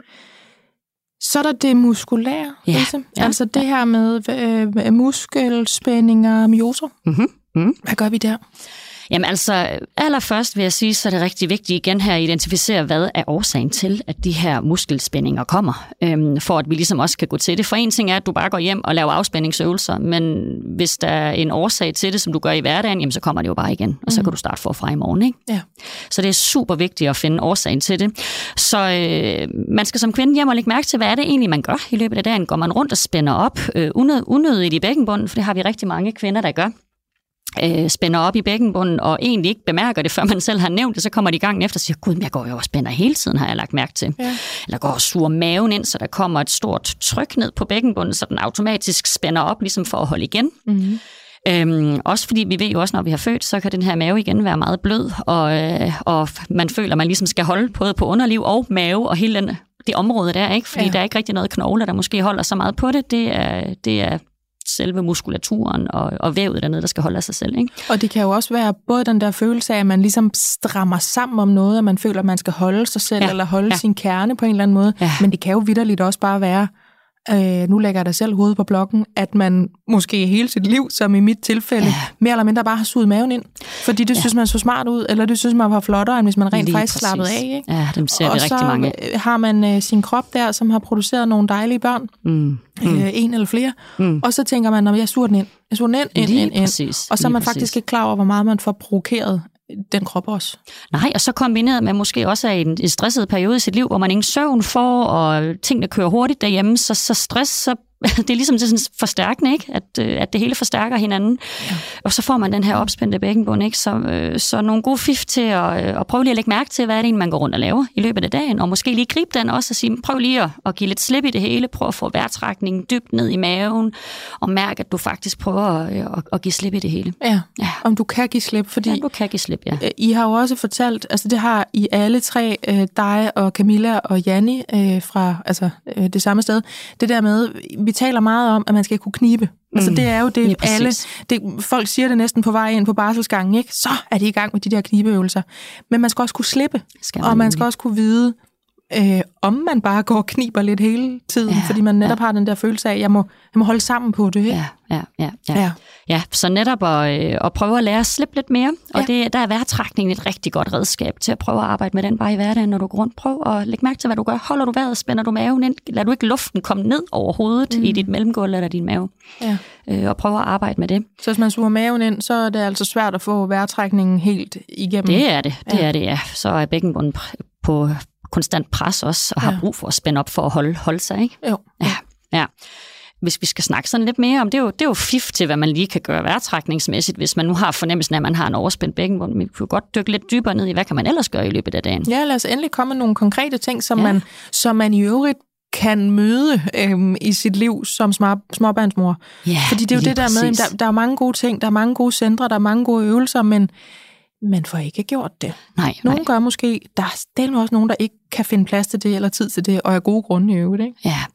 Så er der det muskulære, ja. ligesom. Ja. Altså det her med øh, muskelspændinger, myoser. Mm-hmm. Mm. Hvad gør vi der? Jamen altså, allerførst vil jeg sige, så er det rigtig vigtigt igen her at identificere, hvad er årsagen til, at de her muskelspændinger kommer, øhm, for at vi ligesom også kan gå til det. For en ting er, at du bare går hjem og laver afspændingsøvelser, men hvis der er en årsag til det, som du gør i hverdagen, jamen så kommer det jo bare igen, og så kan du starte forfra i morgen, ikke? Ja. Så det er super vigtigt at finde årsagen til det. Så øh, man skal som kvinde hjem og lægge mærke til, hvad er det egentlig, man gør i løbet af dagen. Går man rundt og spænder op øh, unødigt i bækkenbunden, for det har vi rigtig mange kvinder, der gør. Øh, spænder op i bækkenbunden og egentlig ikke bemærker det, før man selv har nævnt det, så kommer de i gang efter og siger, gud, jeg går jo og spænder hele tiden, har jeg lagt mærke til. Ja. Eller går og suger maven ind, så der kommer et stort tryk ned på bækkenbunden, så den automatisk spænder op, ligesom for at holde igen. Mm-hmm. Øhm, også fordi vi ved jo også, når vi har født, så kan den her mave igen være meget blød, og, øh, og man føler, at man ligesom skal holde både på underliv og mave og hele den, det område der, ikke? Fordi ja. der er ikke rigtig noget knogle, der måske holder så meget på det. Det er, det er selve muskulaturen og, og vævet dernede, der skal holde af sig selv. Ikke? Og det kan jo også være både den der følelse af, at man ligesom strammer sammen om noget, at man føler, at man skal holde sig selv, ja. eller holde ja. sin kerne på en eller anden måde. Ja. Men det kan jo vitterligt også bare være, øh, nu lægger jeg da selv hovedet på blokken, at man måske hele sit liv, som i mit tilfælde, ja. mere eller mindre bare har suget maven ind. Fordi det ja. synes man så smart ud, eller det synes man var flottere, end hvis man rent Lige faktisk præcis. slappede af. Ikke? Ja, dem ser vi rigtig mange. Og så har man øh, sin krop der, som har produceret nogle dejlige børn. Mm. Øh, en eller flere. Mm. Og så tænker man, at jeg suger den ind. Jeg suger den ind, ind, ind, ind. Præcis. Og så er man Lige faktisk præcis. ikke klar over, hvor meget man får provokeret den krop også. Nej, og så kombineret med måske også en, en stresset periode i sit liv, hvor man ingen søvn får, og tingene kører hurtigt derhjemme, så, så stress, så det er ligesom det sådan forstærkende, ikke? At, at det hele forstærker hinanden. Ja. Og så får man den her opspændte bækkenbund, ikke? Så, så nogle gode fif til at, at prøve lige at lægge mærke til, hvad er det egentlig, man går rundt og laver i løbet af dagen, og måske lige gribe den også og sige, prøv lige at, at give lidt slip i det hele, prøv at få vejrtrækningen dybt ned i maven, og mærke, at du faktisk prøver at, at, at give slip i det hele. Ja, ja. Om du kan give slip, fordi ja, du kan give slip, ja. I har jo også fortalt, altså det har I alle tre, dig og Camilla og Janni fra altså, det samme sted, det der med, vi taler meget om, at man skal kunne knibe. Mm. Altså det er jo det, alle, det, folk siger det næsten på vej ind på barselsgangen, ikke? Så er de i gang med de der knibeøvelser. Men man skal også kunne slippe, man og man skal også kunne vide, øh, om man bare går og kniber lidt hele tiden, ja, fordi man netop ja. har den der følelse af, at jeg må, jeg må holde sammen på det. Ikke? Ja, ja, ja, ja. ja. ja, så netop at, øh, at prøve at lære at slippe lidt mere, og ja. det, der er vejrtrækning et rigtig godt redskab til at prøve at arbejde med den bare i hverdagen, når du går rundt. Prøv at lægge mærke til, hvad du gør. Holder du vejret, spænder du maven ind, lader du ikke luften komme ned over hovedet mm. i dit mellemgulv eller din mave, ja. øh, og prøve at arbejde med det. Så hvis man suger maven ind, så er det altså svært at få vejrtrækningen helt igennem? Det er det, det ja. er det, ja. Så er bækkenbunden på konstant pres også, og har ja. brug for at spænde op for at holde, holde sig, ikke? Jo. Ja, ja. Hvis vi skal snakke sådan lidt mere om, det er jo, det er jo fif til, hvad man lige kan gøre vejrtrækningsmæssigt, hvis man nu har fornemmelsen af, at man har en overspændt bækkenbund. Vi kunne godt dykke lidt dybere ned i, hvad kan man ellers gøre i løbet af dagen? Ja, lad os endelig komme med nogle konkrete ting, som, ja. man, som man i øvrigt kan møde øhm, i sit liv som små, småbarnsmor. Ja, fordi det er jo det der præcis. med, der, der er mange gode ting, der er mange gode centre, der er mange gode øvelser, men man får ikke gjort det. Nej, Nogle nej. gør måske, der er også nogen, der ikke kan finde plads til det, eller tid til det, og af gode grunde i øvrigt, ikke? Ja, så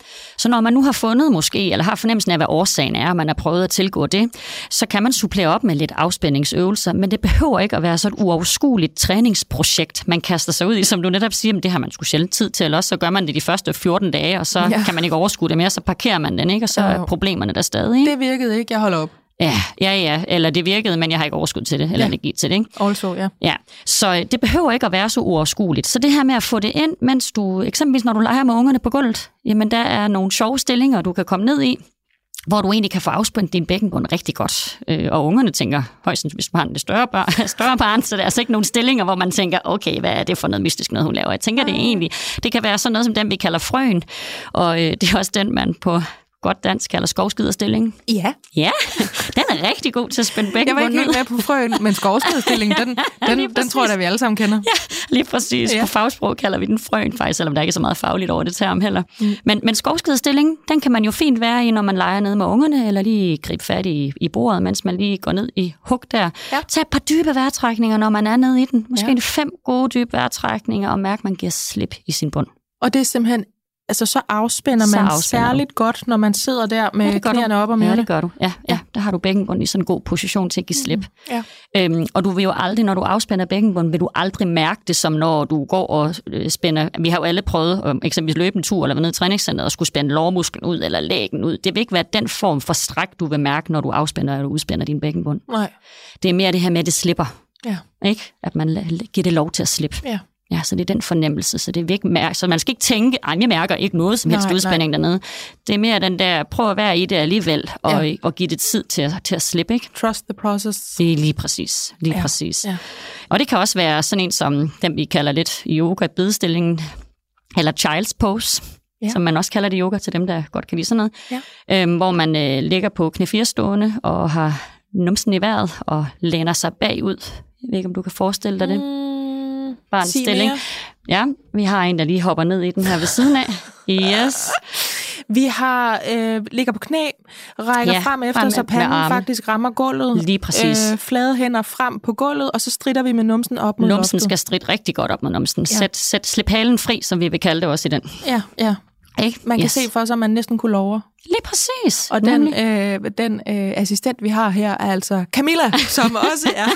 Så når man nu har fundet måske, eller har fornemmelsen af, hvad årsagen er, og man har prøvet at tilgå det, så kan man supplere op med lidt afspændingsøvelser, men det behøver ikke at være så et uoverskueligt træningsprojekt, man kaster sig ud i, som du netop siger, men det har man sgu sjældent tid til, eller også så gør man det de første fjorten dage, og så ja. kan man ikke overskue det mere, så parkerer man den, ikke? Og så er problemerne der stadig. Ikke? Det virkede ikke, jeg holder op. Ja, ja, ja, eller det virkede, men jeg har ikke overskud til det, eller ja. energi til det, ikke? Also, ja. Ja, så det behøver ikke at være så uoverskueligt. Så det her med at få det ind, mens du, eksempelvis når du leger med ungerne på gulvet, jamen der er nogle sjove stillinger, du kan komme ned i, hvor du egentlig kan få afspændt din bækkenbund rigtig godt. Og ungerne tænker, højst hvis man har en større barn, større barn, så der er altså ikke nogen stillinger, hvor man tænker, okay, hvad er det for noget mystisk noget, hun laver? Jeg tænker det egentlig, det kan være sådan noget som den, vi kalder frøen, og det er også den, man på godt dansk kalder skovskiderstilling. Ja. Ja, den er rigtig god til at spænde bækkenbunden. Jeg var ikke helt med på frøen, men skovskiderstilling, den, den, den tror jeg da, vi alle sammen kender. Ja, lige præcis. Ja. På fagsprog kalder vi den frøen faktisk, selvom der ikke er så meget fagligt over det term heller. Mm. Men, men skovskiderstilling, den kan man jo fint være i, når man leger nede med ungerne, eller lige gribe fat i, i bordet, mens man lige går ned i hug der. Ja. Tag et par dybe vejrtrækninger, når man er nede i den. Måske ja. fem gode dybe vejrtrækninger, og mærke, at man giver slip i sin bund. Og det er simpelthen altså så afspænder man så afspænder særligt du. godt, når man sidder der med ja, knæerne op og mørne. Ja, det gør du. Ja, ja, der har du bækkenbunden i sådan en god position til at give slip. Mm, ja. øhm, og du vil jo aldrig, når du afspænder bækkenbunden, vil du aldrig mærke det, som når du går og øh, spænder. Vi har jo alle prøvet, øh, eksempelvis løbe en tur eller være nede i træningscenteret og skulle spænde lårmusklen ud eller lægen ud. Det vil ikke være den form for stræk, du vil mærke, når du afspænder eller udspænder din bækkenbund. Nej. Det er mere det her med, at det slipper. Ja. Ikke? At man giver det lov til at slippe. Ja. Ja, så det er den fornemmelse, så det er virkelig mærke. Så man skal ikke tænke, ej, jeg mærker ikke noget som helst nej, udspænding nej. dernede. Det er mere den der, prøv at være i det alligevel, og, ja. og give det tid til at, til at slippe, ikke? Trust the process. Det er lige præcis, lige ja. præcis. Ja. Og det kan også være sådan en som, den vi kalder lidt yoga, bedestillingen, eller child's pose, ja. som man også kalder det yoga til dem, der godt kan lide sådan noget. Ja. Øhm, hvor man øh, ligger på knæ fire stående, og har numsen i vejret, og læner sig bagud. Jeg ved ikke, om du kan forestille dig det. Mm. Barnstilling. Ja, vi har en, der lige hopper ned i den her ved siden af. Yes. Vi har øh, ligger på knæ, rækker ja, frem efter, frem så panden faktisk rammer gulvet. Lige præcis. Øh, flade hænder frem på gulvet, og så stritter vi med numsen op mod numsen loftet. Skal stritte rigtig godt op mod numsen. Ja. Sæt, sæt, slip halen fri, som vi vil kalde det også i den. Ja, ja. Ikke? Man kan yes. se for sig, at man næsten kunne lover. Lige præcis. Og den, øh, den øh, assistent, vi har her, er altså Camilla, som også er,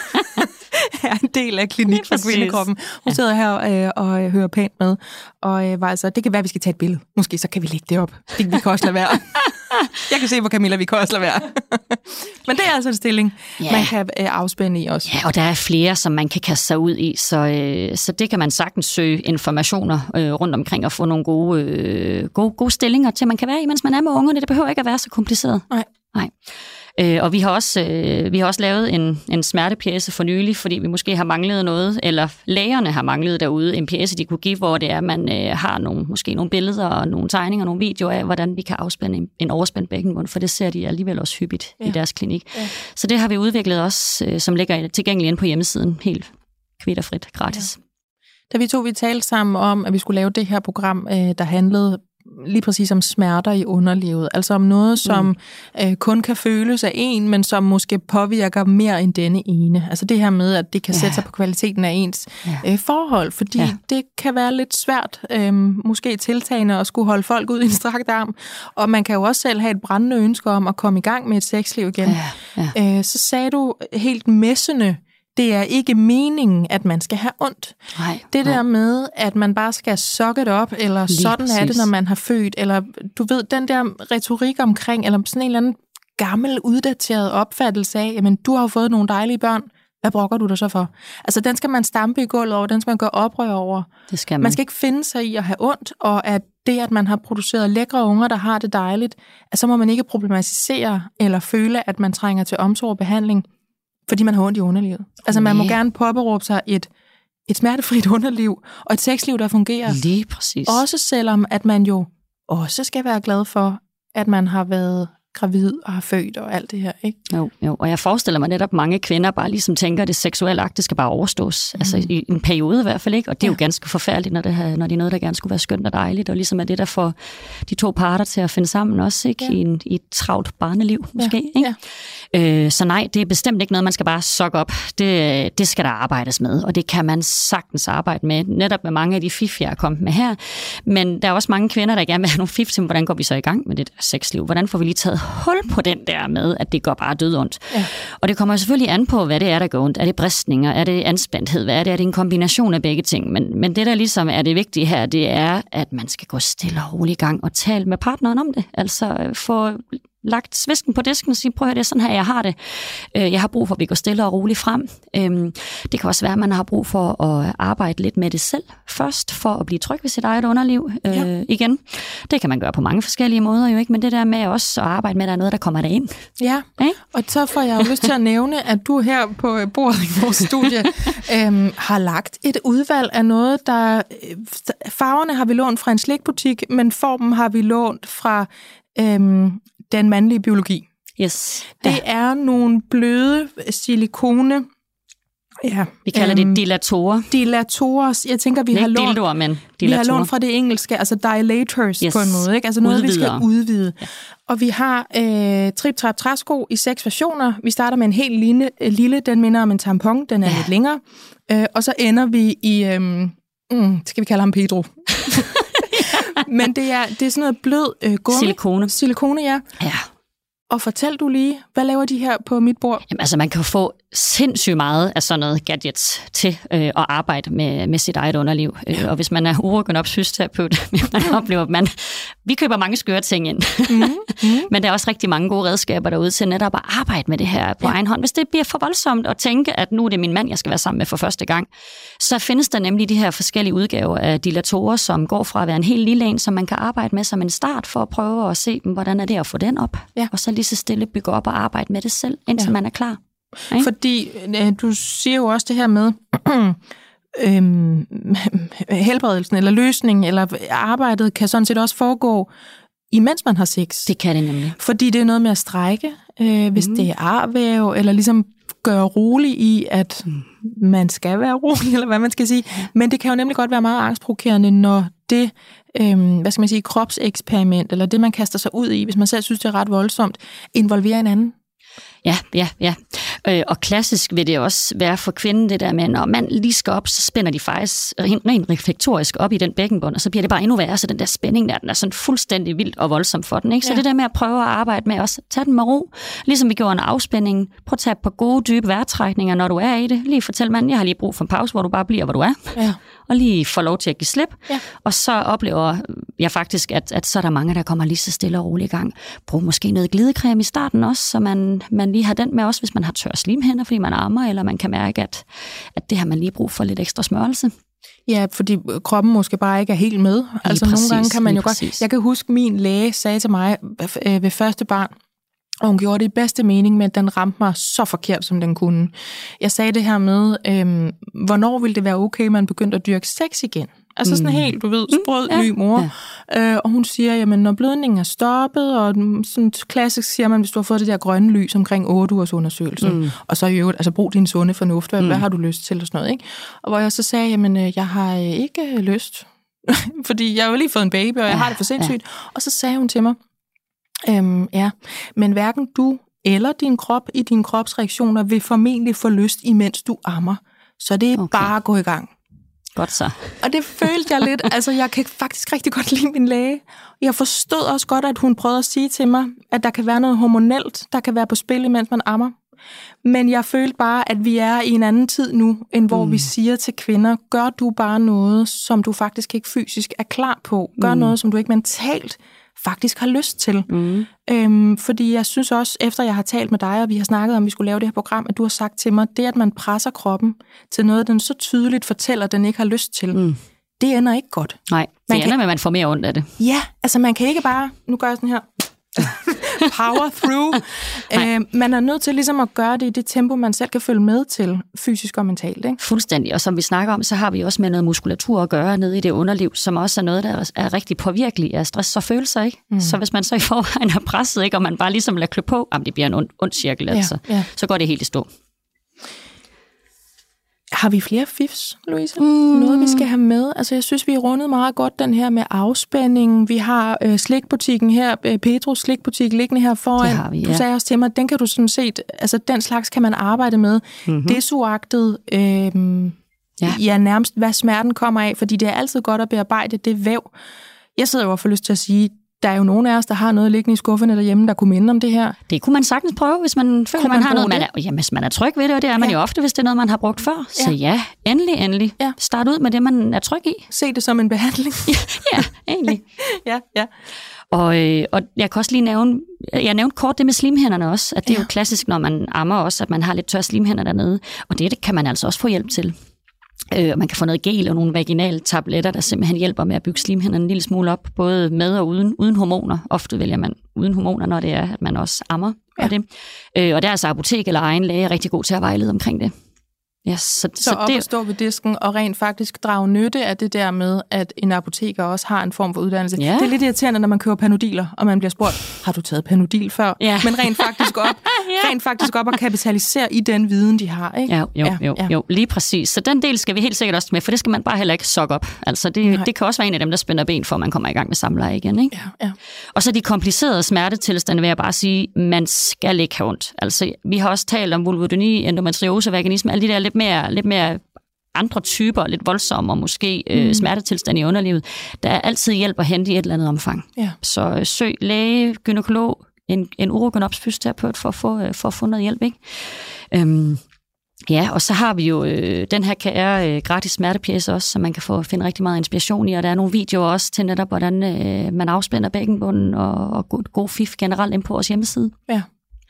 er en del af Klinik for Kvindekroppen. Hun sidder her øh, og øh, hører pænt med. Og øh, var altså, det kan være, at vi skal tage et billede. Måske så kan vi lægge det op. Det vi kan også lade være. Jeg kan se på Camilla, vi kan også lade være. Men det er altså en stilling, ja. man kan øh, afspænde i også. Ja, og der er flere, som man kan kaste sig ud i. Så, øh, så det kan man sagtens søge informationer øh, rundt omkring og få nogle gode, øh, gode, gode stillinger til, man kan være i, mens man er med ungerne. Det behøver ikke at være så kompliceret. Nej. Nej. Øh, og vi har også øh, vi har også lavet en, en smertepjæse for nylig, fordi vi måske har manglet noget, eller lægerne har manglet derude en pjæse, de kunne give, hvor det er, at man øh, har nogle, måske nogle billeder og nogle tegninger og nogle videoer af, hvordan vi kan afspænde en, en overspændt bækkenbund, for det ser de alligevel også hyppigt ja. i deres klinik. Ja. Så det har vi udviklet også, øh, som ligger tilgængeligt inde på hjemmesiden, helt kvitterfrit, gratis. Ja. Da vi to vi talte sammen om, at vi skulle lave det her program, øh, der handlede lige præcis om smerter i underlivet. Altså om noget, som mm. øh, kun kan føles af en, men som måske påvirker mere end denne ene. Altså det her med, at det kan ja. sætte sig på kvaliteten af ens ja. øh, forhold, fordi ja. det kan være lidt svært, øh, måske tiltagende at skulle holde folk ud i en strakt arm. Og man kan jo også selv have et brændende ønske om at komme i gang med et sexliv igen. Ja. Ja. Øh, så sagde du helt messende, det er ikke meningen, at man skal have ondt. Nej, det der nej. med, at man bare skal sokke det op, eller lige sådan præcis. Er det, når man har født, eller du ved, den der retorik omkring, eller sådan en eller anden gammel, uddateret opfattelse af, jamen, du har jo fået nogle dejlige børn, hvad brokker du dig så for? Altså, den skal man stampe i gulvet over, den skal man gøre oprør over. Det skal man. Man skal ikke finde sig i at have ondt, og at det, at man har produceret lækre unger, der har det dejligt, at så må man ikke problematisere, eller føle, at man trænger til omsorg og behandling, fordi man har ondt i underlivet. Altså, man må gerne påberåbe sig et, et smertefrit underliv, og et sexliv, der fungerer. Lige præcis. Også selvom, at man jo også skal være glad for, at man har været gravid og har født og alt det her, ikke? Jo, jo, og jeg forestiller mig netop, mange kvinder bare ligesom tænker, at det seksuelle akt, det skal bare overstås. Mm. Altså i en periode i hvert fald, ikke? Og det er ja. jo ganske forfærdeligt, når det, her, når det er noget, der gerne skulle være skønt og dejligt, og ligesom er det, der får de to parter til at finde sammen også, ikke? Ja. I, en, i et travlt barneliv, måske, ja. ikke? Ja. Øh, så nej, det er bestemt ikke noget, man skal bare sokke op. Det, det skal der arbejdes med, og det kan man sagtens arbejde med, netop med mange af de fif, jeg er kommet med her. Men der er også mange kvinder, der gerne vil have nogle fif til, hvordan går vi så i gang med det der sexliv? Hvordan får vi lige taget hul på den der med, at det går bare død ondt? Ja. Og det kommer selvfølgelig an på, hvad det er, der går ondt. Er det bristninger? Er det anspændthed? Hvad er det? Er det en kombination af begge ting? Men, men det, der ligesom er det vigtige her, det er, at man skal gå stille og roligt i gang og tale med partneren om det. Altså få lagt svisken på disken og sige, prøv at høre, det er sådan her, jeg har det. Jeg har brug for, at vi går stille og roligt frem. Det kan også være, at man har brug for at arbejde lidt med det selv først, for at blive tryg ved sit eget underliv ja. øh, igen. Det kan man gøre på mange forskellige måder jo, ikke? Men det der med også at arbejde med, at der er noget, der kommer derind. Ja, okay? Og så får jeg jo lyst til at nævne, at du her på bordet i vores studie øhm, har lagt et udvalg af noget, der... Farverne har vi lånt fra en slikbutik, men formen har vi lånt fra... Øhm, den mandlige biologi. Yes. Det ja. er nogle bløde silikone... Ja, vi kalder øhm, det dilatorer. Dilatorer. Jeg tænker, vi har lånt... Dildoer, men dilatorer. Vi har lånt fra det engelske, altså dilators yes. på en måde. Ikke? Altså noget, Udvider. vi skal udvide. Ja. Og vi har øh, trip-trap træsko i seks versioner. Vi starter med en helt lille, lille, den minder om en tampon, den er ja. lidt længere. Øh, og så ender vi i... Øh, mm, skal vi kalde ham Pedro? Men det er, det er sådan noget blød øh, gummi. Silikone. Silikone, ja. Ja. Og fortæl du lige, hvad laver de her på mit bord? Jamen, altså, man kan jo få sindssygt meget af sådan noget gadgets til øh, at arbejde med, med sit eget underliv. Ja. Og hvis man er urogynops fysioterapeut, man oplever, at man, vi køber mange skøre ting ind. Mm-hmm. Men der er også rigtig mange gode redskaber derude til netop at arbejde med det her på ja. egen hånd. Hvis det bliver for voldsomt at tænke, at nu er det min mand, jeg skal være sammen med for første gang, så findes der nemlig de her forskellige udgaver af dilatorer, som går fra at være en helt lille en, som man kan arbejde med som en start for at prøve at se, hvordan er det at få den op. Ja. Og så lige så stille bygge op og arbejde med det selv, indtil ja. man er klar. Okay? Fordi øh, du siger jo også det her med øhm, helbredelsen eller løsningen eller arbejdet kan sådan set også foregå imens man har sex. Det kan det nemlig. Fordi det er noget med at strække, øh, hvis mm. det er arvæv, eller ligesom gøre rolig i, at mm. man skal være rolig, eller hvad man skal sige. Ja. Men det kan jo nemlig godt være meget angstprovokerende, når det, øh, hvad skal man sige, kropseksperiment, eller det, man kaster sig ud i, hvis man selv synes, det er ret voldsomt, involverer en anden. Ja, ja, ja. Øh, og klassisk vil det også være for kvinden det der med, når man lige skal op, så spænder de faktisk rent reflektorisk op i den bækkenbund, og så bliver det bare endnu værre, så den der spænding der, den er sådan fuldstændig vildt og voldsom for den. Ikke? Så ja. det der med at prøve at arbejde med også, tage den med ro, ligesom vi gjorde en afspænding. Prøv at tage på gode, dybe vejrtrækninger, når du er i det. Lige fortæl manden, jeg har lige brug for en pause, hvor du bare bliver, hvor du er. Ja. Og lige får lov til at give slip. Ja. Og så oplever jeg faktisk, at, at så er der mange, der kommer lige så stille og roligt i gang. Brug måske noget glidecreme i starten også, så man, man lige har den med også, hvis man har tør slimhænder, fordi man ammer, eller man kan mærke, at, at det har man lige brug for lidt ekstra smørelse. Ja, fordi kroppen måske bare ikke er helt med. Lige altså præcis, nogle gange kan man jo præcis. godt... Jeg kan huske, at min læge sagde til mig ved første barn, og hun gjorde det i bedste mening, men den ramte mig så forkert, som den kunne. Jeg sagde det her med, øhm, hvornår ville det være okay, man begyndte at dyrke sex igen? Altså sådan helt, du ved, sprød, mm, ja, ny mor. Ja. Øh, og hun siger, jamen når blødningen er stoppet, og sådan klassisk siger man, hvis du har fået det der grønne lys omkring otte ugers undersøgelse, mm. og så i øvrigt, altså brug din sunde fornuft, hvad, mm. hvad har du lyst til og sådan noget, ikke? Og hvor jeg så sagde, jamen jeg har ikke lyst, fordi jeg har jo lige fået en baby, og jeg ja, har det for sindssygt. Ja. Og så sagde hun til mig, øhm, ja, men hverken du eller din krop i dine kropsreaktioner vil formentlig få lyst, imens du ammer. Så det er okay. bare at gå i gang. Godt så. Og det følte jeg lidt, altså jeg kan faktisk rigtig godt lide min læge. Jeg forstod også godt, at hun prøvede at sige til mig, at der kan være noget hormonelt, der kan være på spil, imens man ammer. Men jeg følte bare, at vi er i en anden tid nu, end hvor mm. vi siger til kvinder, gør du bare noget, som du faktisk ikke fysisk er klar på. Gør mm. noget, som du ikke mentalt faktisk har lyst til. Mm. Øhm, fordi jeg synes også, efter jeg har talt med dig, og vi har snakket om, at vi skulle lave det her program, at du har sagt til mig, det at man presser kroppen til noget, den så tydeligt fortæller, at den ikke har lyst til, mm. det ender ikke godt. Nej, det man ender kan... med, at man får mere ondt af det. Ja, altså man kan ikke bare, nu gør jeg sådan her, power through. øh, man er nødt til ligesom at gøre det i det tempo, man selv kan følge med til, fysisk og mentalt. Ikke? Fuldstændig, og som vi snakker om, så har vi også med noget muskulatur at gøre nede i det underliv, som også er noget, der er rigtig påvirkeligt af stress og følelser. Ikke? Mm. Så hvis man så i forvejen er presset, ikke, og man bare ligesom lader klø på, jamen det bliver en ond, ond cirkel, ja, altså. Ja. Så går det helt i stå. Har vi flere fifs, Louise? Mm. Noget, vi skal have med? Altså, jeg synes, vi har rundet meget godt den her med afspænding. Vi har øh, slikbutikken her, øh, Petros slikbutik, liggende her foran. Det har vi, ja. Du sagde også til mig, den kan du sådan set, altså den slags kan man arbejde med. Mm-hmm. Desuagtet, øh, ja. ja, nærmest hvad smerten kommer af, fordi det er altid godt at bearbejde det væv. Jeg sidder jo og får lyst til at sige, der er jo nogen af os, der har noget liggende i skufferne derhjemme, der kunne minde om det her. Det kunne man sagtens prøve, hvis man føler, man, man har noget, man er, jamen, hvis man er tryg ved det, og det er man ja. jo ofte, hvis det er noget, man har brugt før. Så ja, ja endelig, endelig. Ja. Start ud med det, man er tryg i. Se det som en behandling. ja, ja, egentlig. ja, ja. Og, øh, og jeg kan også lige nævne, jeg nævnte kort det med slimhænderne også, at det ja. er jo klassisk, når man ammer også, at man har lidt tør slimhænder dernede. Og det, det kan man altså også få hjælp til. Øh, man kan få noget gel og nogle vaginale tabletter, der simpelthen hjælper med at bygge slimhænderne en lille smule op, både med og uden, uden hormoner. Ofte vælger man uden hormoner, når det er, at man også ammer. Ja. Det. Øh, og der er altså apotek eller egen læge rigtig god til at vejlede omkring det. Ja, så, så, så op det, og stå ved disken og rent faktisk drage nytte af det der med, at en apoteker også har en form for uddannelse. Ja. Det er lidt irriterende, når man køber Panodiler, og man bliver spurgt, har du taget Panodil før? Ja. Men rent faktisk op, ja. rent faktisk op og kapitalisere i den viden, de har. Ikke? Ja, jo, ja, jo, ja. jo, lige præcis. Så den del skal vi helt sikkert også med, for det skal man bare heller ikke sokke op. Altså det, det kan også være en af dem, der spænder ben for, at man kommer i gang med samleje igen. Ikke? Ja, ja. Og så de komplicerede smertetilstande vil jeg bare sige, man skal ikke have ondt. Altså, vi har også talt om vulvodyni, endometriose, vaginisme, alle de der lidt mere, lidt mere andre typer, lidt voldsomme og måske mm. øh, smertetilstand i underlivet. Der er altid hjælp at hente i et eller andet omfang. Ja. Så øh, søg læge, gynekolog, en, en urogynopsfysioterapeut for at få, øh, for at få noget hjælp. Ikke? Øhm, ja, og så har vi jo øh, den her kære øh, gratis smertepjece også, så man kan få finde rigtig meget inspiration i, og der er nogle videoer også til netop, hvordan øh, man afspænder bækkenbunden og, og god, god fif generelt ind på vores hjemmeside. Ja.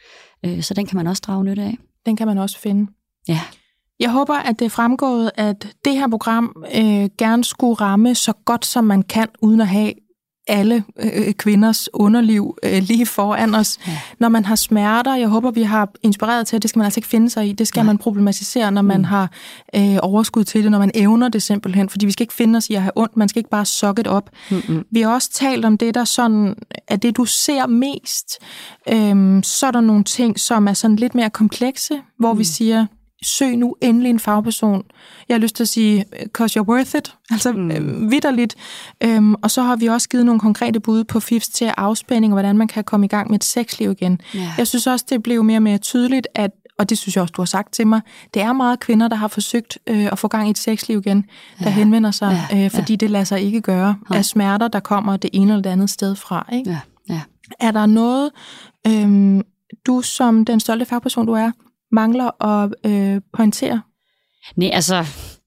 Øh, så den kan man også drage nytte af. Den kan man også finde. Ja. Jeg håber, at det er fremgået, at det her program øh, gerne skulle ramme så godt, som man kan, uden at have alle øh, kvinders underliv øh, lige foran os. Ja. Når man har smerter, jeg håber, vi har inspireret til, at det skal man altså ikke finde sig i. Det skal ja. man problematisere, når man mm. har øh, overskud til det, når man evner det simpelthen. Fordi vi skal ikke finde os i at have ondt, man skal ikke bare sokke det op. Mm-hmm. Vi har også talt om det, der sådan, at det, du ser mest, øh, så er der nogle ting, som er sådan lidt mere komplekse, hvor mm. vi siger, søg nu endelig en fagperson. Jeg har lyst til at sige, cause you're worth it. Altså mm. øh, vitterligt. Øhm, og så har vi også givet nogle konkrete bud på fifs til afspænding, og hvordan man kan komme i gang med et sexliv igen. Yeah. Jeg synes også, det blev mere og mere tydeligt, at, og det synes jeg også, du har sagt til mig, det er meget kvinder, der har forsøgt øh, at få gang i et sexliv igen, der yeah. henvender sig, yeah. øh, fordi yeah. det lader sig ikke gøre yeah. af smerter, der kommer det ene eller det andet sted fra. Ikke? Yeah. Yeah. Er der noget, øh, du som den stolte fagperson, du er, mangler at øh, pointere? Nej, altså,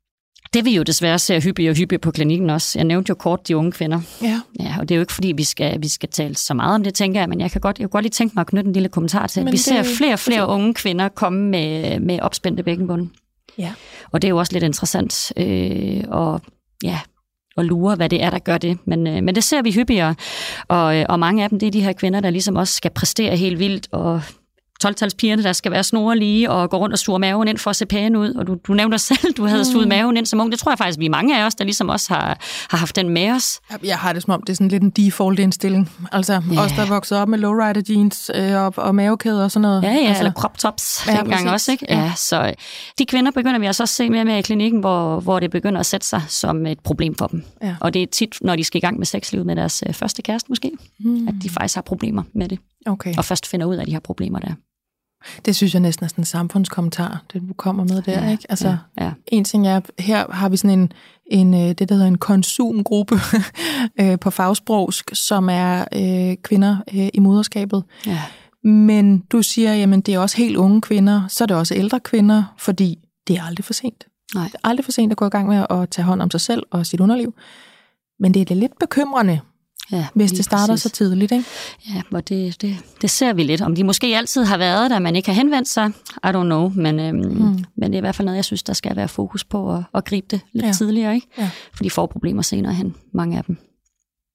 det vi jo desværre ser hyppigt og hyppigt på klinikken også. Jeg nævnte jo kort de unge kvinder. Ja. Ja, og det er jo ikke, fordi vi skal, vi skal tale så meget om det, tænker jeg, men jeg kan godt, jeg kan godt lige tænke mig at knytte en lille kommentar til. Men vi det... ser flere og flere unge kvinder komme med, med opspændte bækkenbund. Ja. Og det er jo også lidt interessant øh, og, ja, at lure, hvad det er, der gør det. Men, øh, men det ser vi hyppigere, og, og mange af dem, det er de her kvinder, der ligesom også skal præstere helt vildt, og tolv-talspigerne, der skal være snorelige og gå rundt og suge maven ind for at se pæne ud. Og du, du nævnte selv, du havde suget maven ind som ung. Det tror jeg faktisk, vi er mange af os, der ligesom også har, har haft den med os. Jeg har det som om, det er sådan lidt en default-indstilling. Altså yeah. os, der er vokset op med lowrider jeans øh, og, og mavekæder og sådan noget. Ja, ja, altså, eller crop tops ja, dengang også, ikke? Ja. Ja, så de kvinder begynder vi altså også at se mere med i klinikken, hvor, hvor det begynder at sætte sig som et problem for dem. Ja. Og det er tit, når de skal i gang med sexlivet med deres øh, første kæreste måske, hmm. at de faktisk har problemer med det. Okay. Og først finder ud af, at de har problemer der. Det synes jeg næsten er sådan en samfundskommentar, det du kommer med der, ja, ikke? Altså, ja, ja. En ting er, her har vi sådan en, en det, der hedder en konsumgruppe på fagsprogsk, som er øh, kvinder øh, i moderskabet. Ja. Men du siger, jamen det er også helt unge kvinder, så er det også ældre kvinder, fordi det er aldrig for sent. Nej. Det er aldrig for sent at gå i gang med at tage hånd om sig selv og sit underliv. Men det er lidt bekymrende, ja, hvis det starter præcis. Så tidligt, ikke? Ja, og det, det, det ser vi lidt. Om de måske altid har været der, man ikke har henvendt sig, I don't know. Men, øhm, hmm. men det er i hvert fald noget, jeg synes, der skal være fokus på at, at gribe det lidt ja. tidligere, ikke? Ja. For de får problemer senere hen, mange af dem.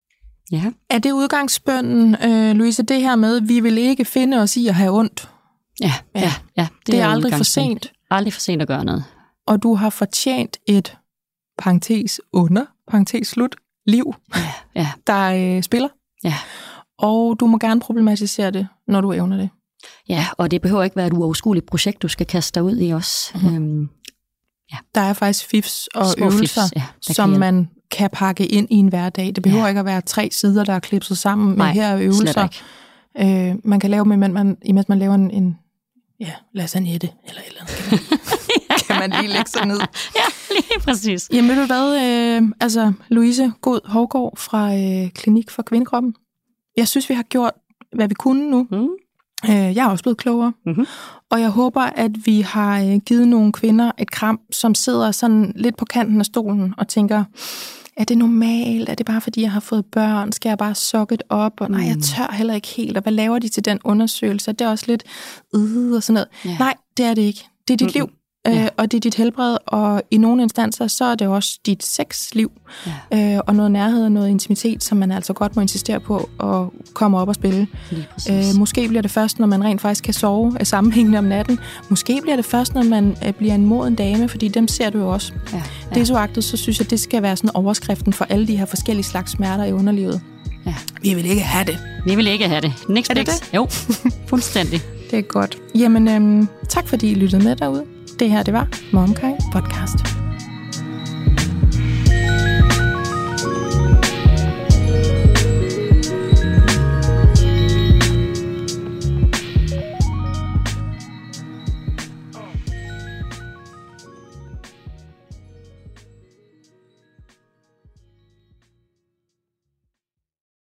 Ja. Er det udgangsbønnen, øh, Louise, det her med, vi vil ikke finde os i at have ondt? Ja, ja, ja. ja det, det er, er aldrig for sent. Aldrig for sent at gøre noget. Og du har fortjent et parentes under, parentes slut, liv, ja, ja. der øh, spiller. Ja. Og du må gerne problematisere det, når du evner det. Ja, og det behøver ikke være et uoverskueligt projekt, du skal kaste dig ud i også. Mm-hmm. Øhm, ja. Der er faktisk fifs og Små øvelser, fifs, ja, som kan man kan pakke ind i en hverdag. Det behøver ja. ikke at være tre sider, der er klipset sammen med Nej, her øvelser. Øh, man kan lave dem, imens man, imens man laver en, en ja, lasagnette eller et eller andet. Kan man lige lægge sig ned. Ja, lige præcis. Jamen ved du hvad, øh, altså Louise God Hovgaard fra øh, Klinik for Kvindekroppen. Jeg synes, vi har gjort, hvad vi kunne nu. Mm. Øh, jeg er også blevet klogere. Mm-hmm. Og jeg håber, at vi har øh, givet nogle kvinder et kram, som sidder sådan lidt på kanten af stolen og tænker, er det normalt? Er det bare fordi, jeg har fået børn? Skal jeg bare sokke det op? Og nej, jeg tør heller ikke helt. Og hvad laver de til den undersøgelse? Det er også lidt øh, og sådan noget. Ja. Nej, det er det ikke. Det er dit mm-hmm. liv. Ja. Øh, og det er dit helbred, og i nogle instanser, så er det også dit sexliv, ja. øh, og noget nærhed og noget intimitet, som man altså godt må insistere på at komme op og spille. Øh, måske bliver det først, når man rent faktisk kan sove sammenhængende om natten. Måske bliver det først, når man øh, bliver en moden dame, fordi dem ser du jo også. Ja. Ja. Det er så agtet, så synes jeg, det skal være sådan overskriften for alle de her forskellige slags smerter i underlivet. Ja. Vi vil ikke have det. Vi vil ikke have det. Next er det det? Jo, fuldstændig. Det er godt. Jamen, øhm, tak fordi I lyttede med derude. Det her, det var MomKind Podcast.